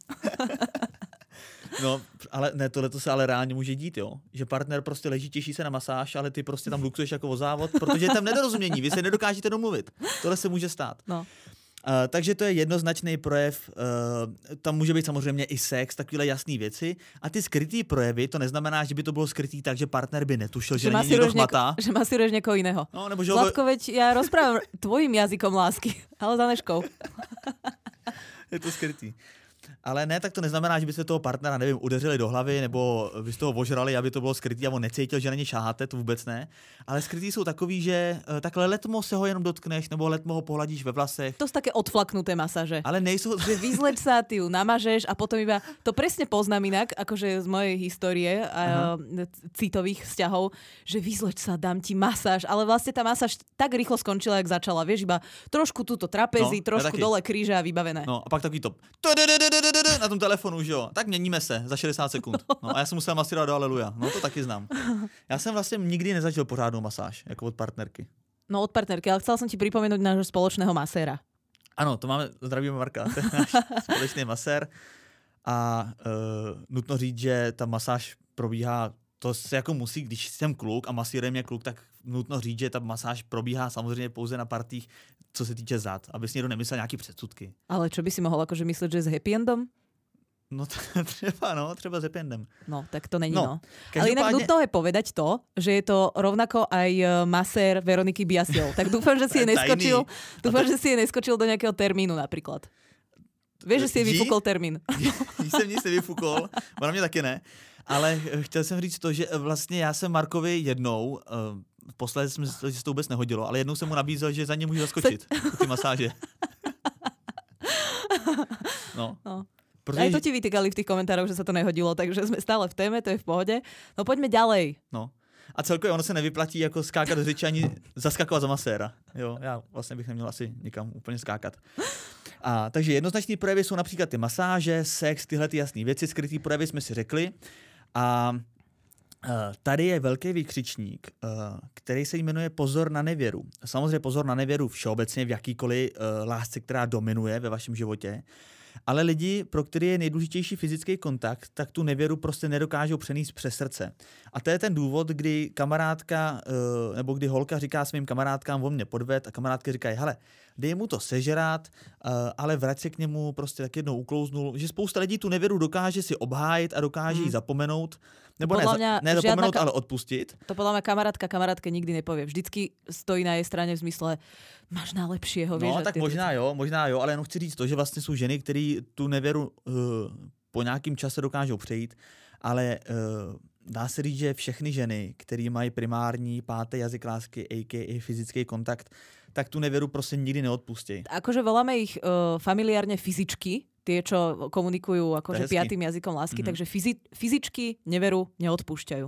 Speaker 1: No, ale ne, tohle to se ale reálně může dít, jo. Že partner prostě leží, těší se na masáž, ale ty prostě tam luxuješ jako o závod, protože je tam nedorozumění, vy se nedokážete domluvit. Tohle se může stát.
Speaker 2: No.
Speaker 1: Takže to je jednoznačný projev, tam může být samozřejmě i sex, takovéhle jasné věci. A ty skrytý projevy, to neznamená, že by to bylo skrytý tak, že partner by netušil, že není někdo chmatá.
Speaker 2: Že masíruješ někoho jiného.
Speaker 1: No, nebo že
Speaker 2: Zlatko, veď ja rozprávam tvojím jazykom lásky, ale za Neškou.
Speaker 1: Je to skrytý. Ale ne, tak to neznamená, že byste toho partnera, nevím, udeřili do hlavy, nebo byste ho ožrali, aby to bylo skrytý a on necítil, že na ně šáháte, to vůbec ne. Ale skrytý jsou takový, že takhle letmo se ho jenom dotkneš, nebo letmo ho pohladíš ve vlasech.
Speaker 2: To sú také odflaknuté masáže.
Speaker 1: Ale nejsou...
Speaker 2: Že vyzleč sa, ty ju namažeš a potom iba... To presne poznám inak, akože z mojej histórie a citových vzťahov, že vyzleč sa, dám ti masáž, ale vlastne tá masáž tak rýchlo skončila, jak začala. Vieš, iba trošku túto trapezi, trošku dole kríže a vybavené.
Speaker 1: No a pak takový to na tom telefonu, že jo. Tak měníme se za 60 sekund. No a já jsem musel masírovat do aleluja. No to taky znám. Já jsem vlastně nikdy nezažil pořádnou masáž, jako od partnerky.
Speaker 2: No od partnerky, ale chcela som ti pripomenúť nášho spoločného maséra.
Speaker 1: Ano, to máme, zdravíme Marka, to je náš společný masér. A nutno říct, že ta masáž probíhá, to se jako musí, když jsem kluk a masírem je kluk, tak nutno říct, že ta masáž probíhá samozřejmě pouze na partích, co se týče zad, aby si někdo nemyslel nějaký předsudky.
Speaker 2: Ale čo by si mohol akože myslet, že s happy endom?
Speaker 1: No třeba s happy endem.
Speaker 2: No, tak to není, no.
Speaker 1: Každopádne...
Speaker 2: Ale inak nutno je povedať to, že je to rovnako aj masér Veroniky Biasiel. Tak dúfam, že si je neskočil. Dúfam, že si je neskočil do nejakého termínu napríklad. Vieš, že si je vyfúkol termín.
Speaker 1: Jsem nic nevyfúkol, ona mě taky ne. Ale chtěl jsem říct to, že vlastně já jsem Markovi jednou, posledně jsem myslel, že se to vůbec nehodilo, ale jednou jsem mu nabízel, že za ně můžu zaskočit u ty masáže. No.
Speaker 2: Protože... Aj to ti vytýkali v tých komentároch, že sa to nehodilo, takže sme stále v téme, to je v pohode. No poďme ďalej.
Speaker 1: No. A celkově ono se nevyplatí jako skákat do řeči ani zaskakovat za maséra. Jo, já vlastně bych neměl asi nikam úplně skákat. A takže jednoznačný projevy jsou například ty masáže, sex, tyhle ty jasné věci, skrytý projevy jsme si řekli. A tady je velký výkřičník, který se jmenuje pozor na nevěru. Samozřejmě pozor na nevěru všeobecně v jakýkoliv lásce, která dominuje ve vašem životě. Ale lidi, pro který je nejdůležitější fyzický kontakt, tak tu nevěru prostě nedokážou přenést přes srdce. A to je ten důvod, kdy kamarádka, nebo kdy holka říká svým kamarádkám, on mě podved a kamarádky říkají, hele, dej mu to sežrát, ale vrať se k němu, prostě tak jednou uklouznul. Že spousta lidí tu nevěru dokáže si obhájit a dokáže ji zapomenout. Nebo ne zapomenout, ale odpustit.
Speaker 2: To podľa mňa kamarátke nikdy nepovie. Vždycky stojí na jej strane v zmysle máš najlepšieho.
Speaker 1: No, tak možná jo, ale jenom chci říct to, že vlastně jsou ženy, které tu nevěru po nějakým čase dokážou přejít, ale dá se říct, že všechny ženy, které mají primární pátý jazyk lásky, a.k.a. fyzický kontakt, tak tu nevěru prostě nikdy neodpustí.
Speaker 2: Akože voláme ich familiárne fyzičky, tie, čo komunikujú akože piatým jazykom lásky, takže fyzičky neveru neodpúšťajú.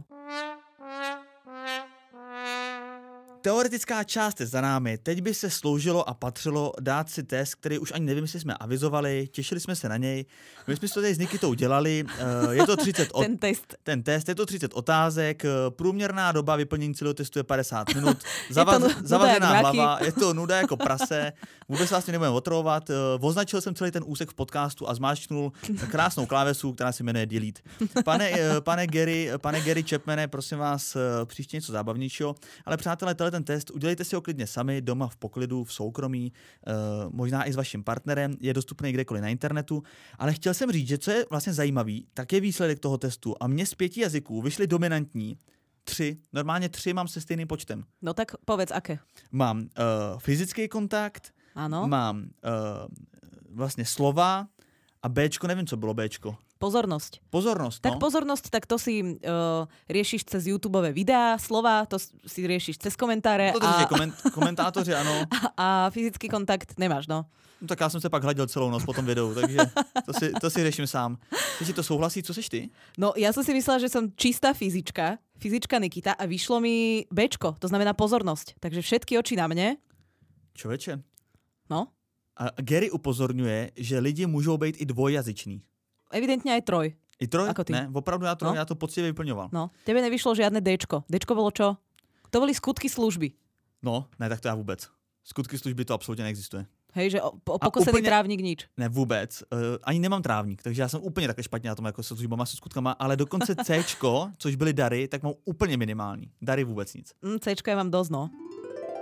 Speaker 1: Teoretická část je za námi. Teď by se sloužilo a patřilo dát si test, který už ani nevím, jestli jsme avizovali, těšili jsme se na něj. My jsme to tady s Nikitou dělali. Je to 30 Ten test, je to 30 otázek. Průměrná doba vyplnění celého testu je 50 minut. Zavařená hlava, je to nuda jako prase. Vůbec vás nebudeme otravovat. Označil jsem celý ten úsek v podcastu a zmáčknul krásnou klávesu, která se jmenuje Delete. Pane Gary Chapmane, prosím vás, příště něco zábavnějšího. Ale přátelé, ten test, udělejte si ho klidně sami, doma v poklidu, v soukromí, možná i s vaším partnerem, je dostupný kdekoliv na internetu, ale chtěl jsem říct, že co je vlastně zajímavý, tak je výsledek toho testu a mně z 5 jazyků vyšly dominantní 3, normálně 3 mám se stejným počtem.
Speaker 2: No tak povedz, aké?
Speaker 1: Mám fyzický kontakt,
Speaker 2: ano.
Speaker 1: Mám vlastně slova a Bčko, nevím, co bylo Bčko.
Speaker 2: Pozornosť.
Speaker 1: Tak
Speaker 2: pozornosť, tak to si riešiš cez YouTubeové videá, slova, to si riešiš cez komentáre.
Speaker 1: To komentátoři, ano.
Speaker 2: A fyzický kontakt nemáš, no.
Speaker 1: Tak já jsem se pak hladil celou noc po tom videu, takže to si řeším sám. Teď to souhlasí, co seš ty?
Speaker 2: No, ja som si myslela, že som čistá fyzička Nikita a vyšlo mi Bčko, to znamená pozornosť. Takže všetky oči na mne.
Speaker 1: Čověče.
Speaker 2: No.
Speaker 1: A Gary upozorňuje, že lidi můžou být i dvojjazyční.
Speaker 2: Evidentne aj 3.
Speaker 1: I 3?
Speaker 2: Ako ty?
Speaker 1: Ne, opravdu ja to poctivě vyplňoval.
Speaker 2: No, tebe nevyšlo žiadne Dčko. Dčko bolo čo? To boli skutky služby.
Speaker 1: No, ne, tak to já vůbec. Skutky služby to absolutně neexistuje.
Speaker 2: Hej, že pokosený trávnik nič.
Speaker 1: Ne, vůbec. Ani nemám trávnik, takže já jsem úplně takhle špatně na tom jako se službama, se skutkama, ale dokonce Cčko, což byly dary, tak mám úplně minimální. Dary vůbec nic.
Speaker 2: Cčko je vám dosť, no.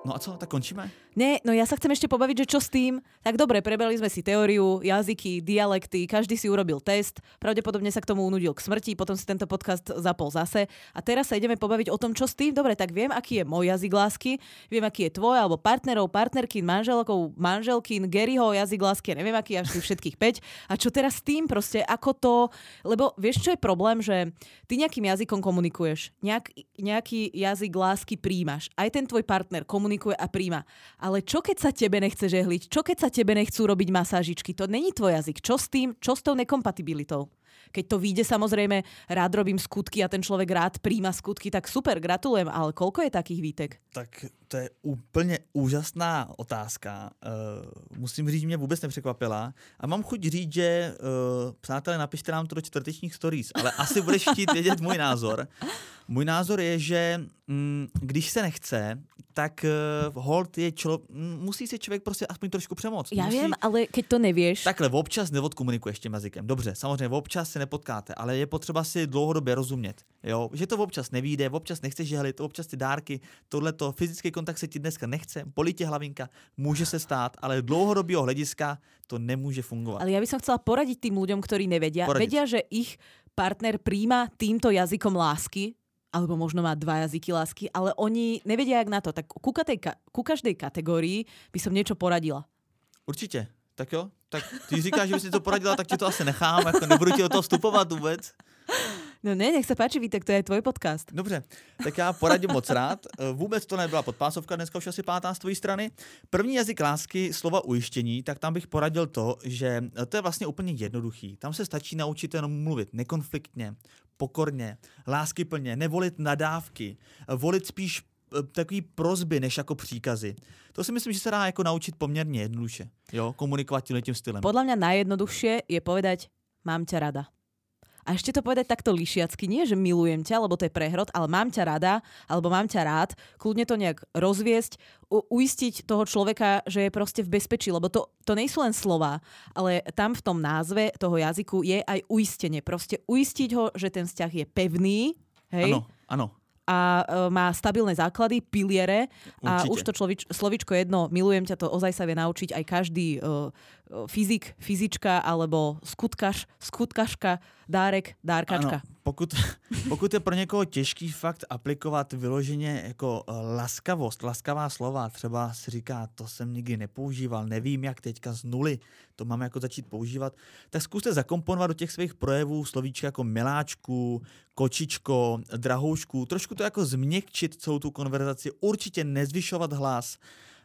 Speaker 1: No a co, tak končíme?
Speaker 2: Nie, no ja sa chcem ešte pobaviť, že čo s tým? Tak dobre, prebrali sme si teóriu, jazyky, dialekty, každý si urobil test, pravdepodobne sa k tomu unudil k smrti, potom si tento podcast zapol zase a teraz sa ideme pobaviť o tom, čo s tým? Dobre, tak viem, aký je môj jazyk lásky, viem, aký je tvoj, alebo partnerov, partnerkin, manželkin, Garyho jazyk lásky, ja neviem, aký až všetkých 5. A čo teraz s tým? Proste ako to... Lebo vieš, čo je problém, že ty nejakým jazykom komunikuješ, nejaký jazyk lásky príjmaš, aj ten tvoj partner komunikuje a príjma. Ale čo keď sa tebe nechce žehliť? Čo keď sa tebe nechcú robiť masážičky? To není tvoj jazyk. Čo s tým? Čo s tou nekompatibilitou? Keď to vyjde, samozrejme, rád robím skutky a ten človek rád príjma skutky, tak super, gratulujem. Ale koľko je takých výtek?
Speaker 1: Tak to je úplně úžasná otázka. Musím říct, že mě vůbec nepřekvapila. A mám chuť říct, že přátelé, napište nám to do čtvrtečních stories, ale asi budeš chtít vědět můj názor. Můj názor je, že když se nechce, tak hold je musí si člověk prostě aspoň trošku přemoct.
Speaker 2: Já vím, ale keď to nevíš.
Speaker 1: Takhle, občas neodkomunikuješ tím jazykem. Dobře, samozřejmě občas se nepotkáte, ale je potřeba si dlouhodobě rozumět. Jo? Že to občas nevyjde, občas nechceš žehlit, občas ty dárky, tohleto, fyzický kontakt se ti dneska nechce, bolí tě hlavinka, může se stát, ale dlouhodobého hlediska to nemůže fungovat.
Speaker 2: Ale ja by som chcela poradiť tým ľuďom, ktorí nevedia. Vedia, že ich partner príjma týmto jazykom lásky, alebo možno má 2 jazyky lásky, ale oni nevedia, jak na to. Tak ku každej kategórii by som niečo poradila.
Speaker 1: Určitě. Tak jo. Tak ty říkáš, že by si to poradila, tak ti to asi nechám. Jako nebudu ti do toho vstupovat vůbec.
Speaker 2: No ne, nech sa páči, Vítek, to je tvoj podcast.
Speaker 1: Dobře, tak já poradím moc rád. Vůbec to nebyla podpásovka, dneska už asi 5. z tvojí strany. První jazyk lásky, slova ujištění, tak tam bych poradil to, že to je vlastně úplně jednoduchý. Tam se stačí naučit jenom mluvit nekonfliktně, pokorně, láskyplně, nevolit nadávky, volit spíš takový prosby, než jako příkazy. To si myslím, že se dá jako naučit poměrně jednoduše. Jo, komunikovat tím stylem.
Speaker 2: Podľa mňa najjednoduchšie je povedať mám ťa rada. A ešte to povedať takto lišiacky, nie že milujem ťa, lebo to je prehrod, ale mám ťa rada, alebo mám ťa rád, kľudne to nejak rozviesť, uistiť toho človeka, že je proste v bezpečí, lebo to nejsú len slová, ale tam v tom názve toho jazyku je aj uistenie. Proste uistiť ho, že ten vzťah je pevný, hej?
Speaker 1: Áno.
Speaker 2: A má stabilné základy, piliere. A
Speaker 1: určite.
Speaker 2: už to slovíčko jedno, milujem ťa, to ozaj sa vie naučiť aj každý fyzik, fyzička alebo skutkaška, dárkačka.
Speaker 1: Ano, pokud je pro někoho těžký fakt aplikovat vyloženě jako laskavá slova, třeba si říká, to jsem nikdy nepoužíval, nevím jak teďka z nuly, to máme jako začít používat, tak zkuste zakomponovat do těch svých projevů slovíčka jako miláčku, kočičko, drahoušku, trošku to jako změkčit celou tu konverzaci, určitě nezvyšovat hlas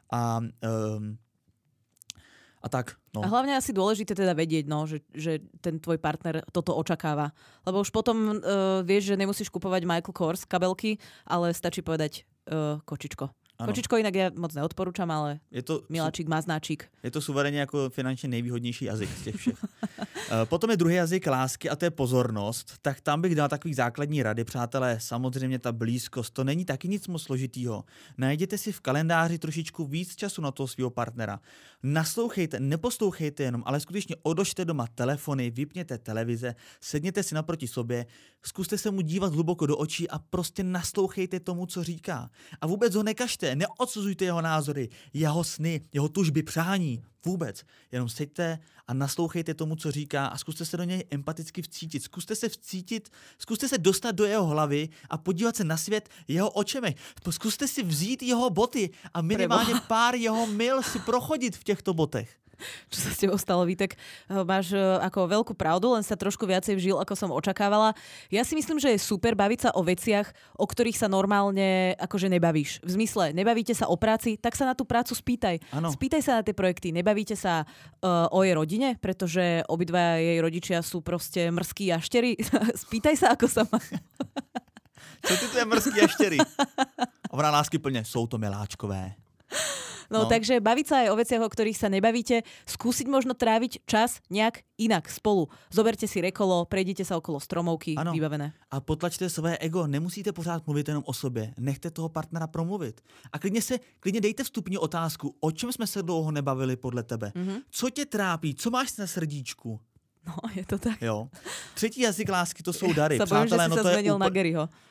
Speaker 1: a tak. No.
Speaker 2: A hlavne asi dôležité teda vedieť, no, že ten tvoj partner toto očakáva. Lebo už potom vieš, že nemusíš kupovať Michael Kors kabelky, ale stačí povedať kočičko. Ano. Kočičko inak ja moc neodporúčam, ale miláčik, maznáčik.
Speaker 1: Je to suverénně jako finančně nejvýhodnější jazyk z těch všech. Potom je druhý jazyk lásky a to je pozornost. Tak tam bych dal takový základní rady, přátelé. Samozřejmě ta blízkost, to není taky nic moc složitýho. Najděte si v kalendáři trošičku víc času na toho svého partnera. Naslouchejte, neposlouchejte jenom, ale skutečně odložte doma telefony, vypněte televize, sedněte si naproti sobě, zkuste se mu dívat hluboko do očí a prostě naslouchejte tomu, co říká. A vůbec ho nekažte, neodsuzujte jeho názory, jeho sny, jeho tužby, přání. Vůbec. Jenom seďte a naslouchejte tomu, co říká a zkuste se do něj empaticky vcítit. Zkuste se dostat do jeho hlavy a podívat se na svět jeho očemi. Zkuste si vzít jeho boty a minimálně pár jeho mil si prochodit v těchto botech.
Speaker 2: Čo sa s tebou stalo, Vítek? Máš ako veľkú pravdu, len sa trošku viacej vžil, ako som očakávala. Ja si myslím, že je super baviť sa o veciach, o ktorých sa normálne akože nebavíš. V zmysle, nebavíte sa o práci, tak sa na tú prácu spýtaj.
Speaker 1: Ano.
Speaker 2: Spýtaj sa na tie projekty. Nebavíte sa o jej rodine, pretože obidva jej rodičia sú proste mrzkí jaštery. Spýtaj sa, ako sa má.
Speaker 1: Co ty je mrzký jaštery? Ona láskyplně, jsou to miláčkové.
Speaker 2: No, takže baviť sa aj o veciach, o ktorých sa nebavíte, skúsiť možno tráviť čas nejak inak spolu. Zoberte si rekolo, prejdite sa okolo stromovky, ano. Vybavené.
Speaker 1: A potlačte své ego, nemusíte pořád mluvit jenom o sobě, nechte toho partnera promluvit. A klidně dejte vstupní otázku, o čem jsme se dlouho nebavili podle tebe. Mm-hmm. Co tě trápí, co máš na srdíčku?
Speaker 2: No, je to tak.
Speaker 1: Jo. Třetí jazyk lásky, to jsou dary.
Speaker 2: Sa bojím, že si sa zmenil na Garyho.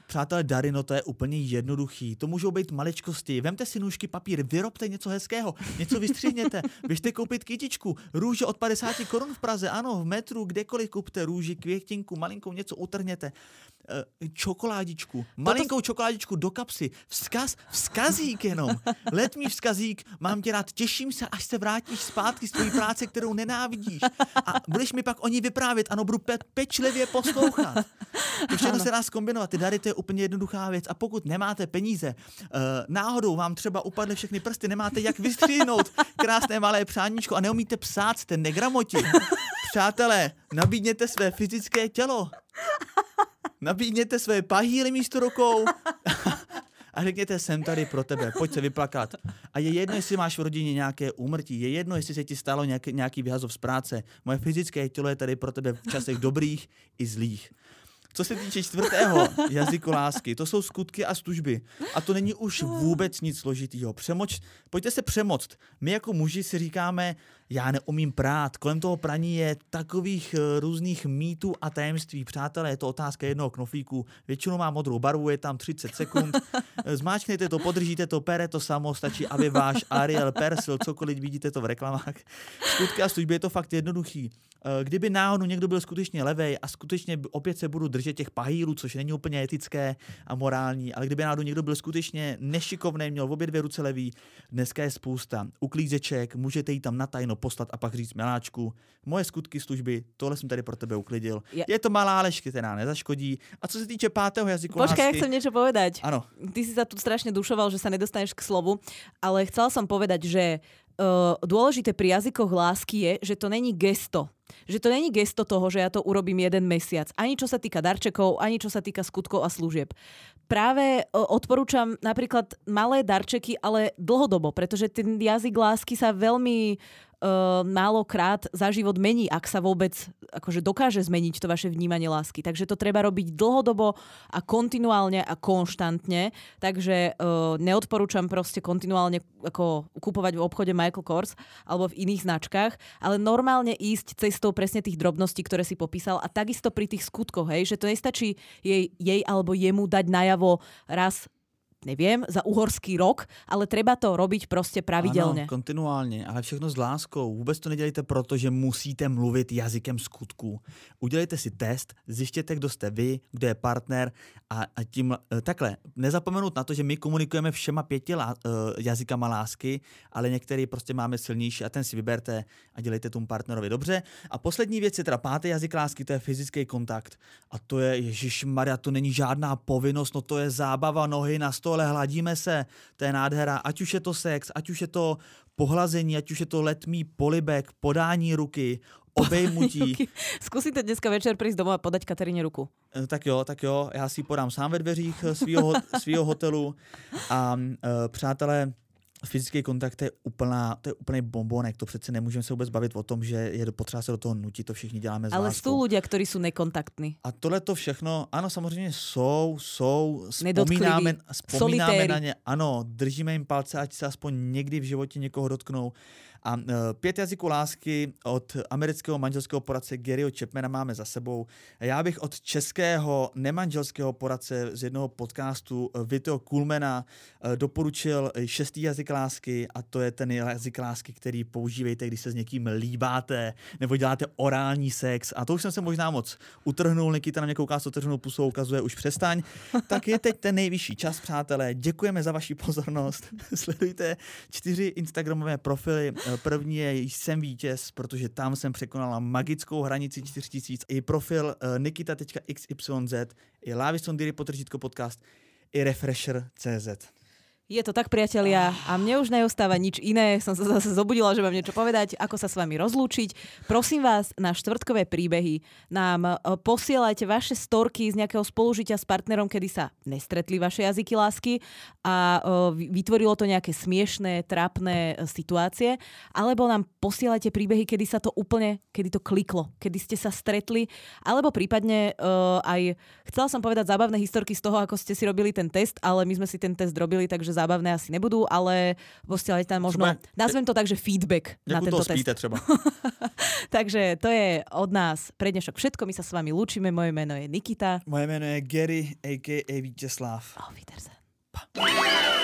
Speaker 1: Přátelé, dary, no to je úplně jednoduchý. To můžou být maličkosti. Vemte si nůžky, papír, vyrobte něco hezkého, něco vystřihněte, běžte koupit kytičku, růže od 50 korun v Praze, ano, v metru, kdekoliv kupte růži, květinku, malinkou něco utrhněte. Čokoládičku, malinkou čokoládičku do kapsy, vzkazík jenom, let mi vzkazík, mám tě rád, těším se, až se vrátíš zpátky z tvojí práce, kterou nenávidíš a budeš mi pak o ní vyprávět, ano, budu pečlivě poslouchat. To všechno se dá zkombinovat, ty dary, to je úplně jednoduchá věc a pokud nemáte peníze, náhodou vám třeba upadly všechny prsty, nemáte jak vystřihnout krásné malé přáníčko a neumíte psát, jste negramoti. Přátelé, nabídněte své fyzické tělo. Nabídněte své pahýly místo rukou a řekněte, jsem tady pro tebe, pojď se vyplakat. A je jedno, jestli máš v rodině nějaké úmrtí, je jedno, jestli se ti stalo nějaký vyhazov z práce. Moje fyzické tělo je tady pro tebe v časech dobrých i zlých. Co se týče 4. jazyku lásky, to jsou skutky a služby. A to není už vůbec nic složitýho. Pojďte se přemoct. My jako muži si říkáme, já neumím prát. Kolem toho praní je takových různých mýtů a tajemství. Přátelé, je to otázka jednoho knoflíku. Většinou má modrou barvu, je tam 30 sekund. Zmáčknete to, podržíte to, pere to samo, stačí, aby váš Ariel, Persil, cokoliv vidíte to v reklamách. Skutky a služby je to fakt jednoduchý. Kdyby náhodou někdo byl skutečně levej a skutečně opět se budu držet těch pahýlů, což není úplně etické a morální, ale kdyby náhodou někdo byl skutečně nešikovný, měl v obě dvě ruce levý, dneska je spousta uklízeček, můžete jí tam natajno poslat a pak říct, miláčku, moje skutky, služby, tohle jsem tady pro tebe uklidil. Je to malá lež, která nezaškodí. A co se týče 5. jazyku lásky...
Speaker 2: Počkaj, ja chcem niečo povedať.
Speaker 1: Áno.
Speaker 2: Ty si sa tu strašne dušoval, že sa nedostaneš k slovu, ale chcela som povedať, že dôležité pri jazykoch lásky je, že to není gesto. Že to není gesto toho, že ja to urobím 1 mesiac. Ani čo sa týka darčekov, ani čo sa týka skutkov a služieb. Práve odporúčam napríklad malé darčeky, ale dlhodobo, pretože ten jazyk lásky sa veľmi málokrát za život mení, ak sa vôbec akože dokáže zmeniť to vaše vnímanie lásky. Takže to treba robiť dlhodobo a kontinuálne a konštantne. Takže neodporúčam proste kontinuálne ako kupovať v obchode Michael Kors alebo v iných značkách, ale normálne ísť cestou presne tých drobností, ktoré si popísal a takisto pri tých skutkoch, hej, že to nestačí jej alebo jemu dať najavo raz, neviem, za uhorský rok, ale treba to robiť prostě pravidelně.
Speaker 1: Ano, kontinuálně, ale všechno s láskou. Vůbec to nedělejte proto, že musíte mluvit jazykem skutků. Udělejte si test, zjištěte, kdo jste vy, kdo je partner a tím takhle. Nezapomenout na to, že my komunikujeme všema 5 jazykama lásky, ale některý prostě máme silnější a ten si vyberte a dělejte tomu partnerovi dobře. A poslední věc je teda 5. jazyk lásky, to je fyzický kontakt. A to je, ježišmarja, to není žádná povinnost, no to je zábava, nohy na stole, hladíme se, to je nádhera, ať už je to sex, ať už je to pohlazení, ať už je to letmý polibek, podání ruky, obejmutí.
Speaker 2: Zkusíte dneska večer prísť domov a podať Kateríne ruku.
Speaker 1: Tak jo, já si ji podám sám ve dveřích svýho hotelu a přátelé, fyzický kontakt je úplný bombonek, to přece nemůžeme se vůbec bavit o tom, že je potřeba se do toho nutit, to všichni děláme s láskou.
Speaker 2: Ale jsou ľudia, ktorí sú nekontaktní.
Speaker 1: A tohle to všechno, ano, samozřejmě jsou, vzpomínáme na ně, ano, držíme jim palce, ať se aspoň někdy v životě někoho dotknou. A 5 jazyků lásky od amerického manželského poradce Garyho Chapmana máme za sebou. Já bych od českého nemanželského poradce z jednoho podcastu Vitteho Kuhlmana doporučil 6. jazyk lásky a to je ten jazyk lásky, který používejte, když se s někým líbáte nebo děláte orální sex. A to už jsem se možná moc utrhnul, Nikita na mě kouká s otevřenou pusou, ukazuje už přestaň. Tak je teď ten nejvyšší čas, přátelé. Děkujeme za vaši pozornost. Sledujte 4 instagramové profily. První je Jsem vítěz, protože tam jsem překonala magickou hranici 4000. I profil nikita.xyz, i Lavisondiri_podcast, i Refresher.cz.
Speaker 2: Je to tak, priatelia, a mne už neostáva nič iné. Som sa zase zobudila, že mám niečo povedať, ako sa s vami rozlúčiť. Prosím vás, na štvrtkové príbehy nám posielajte vaše storky z nejakého spolužitia s partnerom, kedy sa nestretli vaše jazyky lásky a vytvorilo to nejaké smiešné, trápne situácie, alebo nám posielajte príbehy, kedy to kliklo, kedy ste sa stretli, alebo prípadne aj, chcela som povedať zábavné historky z toho, ako ste si robili ten test, ale my sme si ten test robili, takže zábavné asi nebudú, ale posielajte tam možno, nazvem to tak, že feedback na tento test.
Speaker 1: Spíte třeba.
Speaker 2: Takže to je od nás pre dnešok všetko. My sa s vami lúčime. Moje meno je Nikita.
Speaker 1: Moje jméno je Gary, a.k.a. Vítězslav.
Speaker 2: Auf Wiedersehen.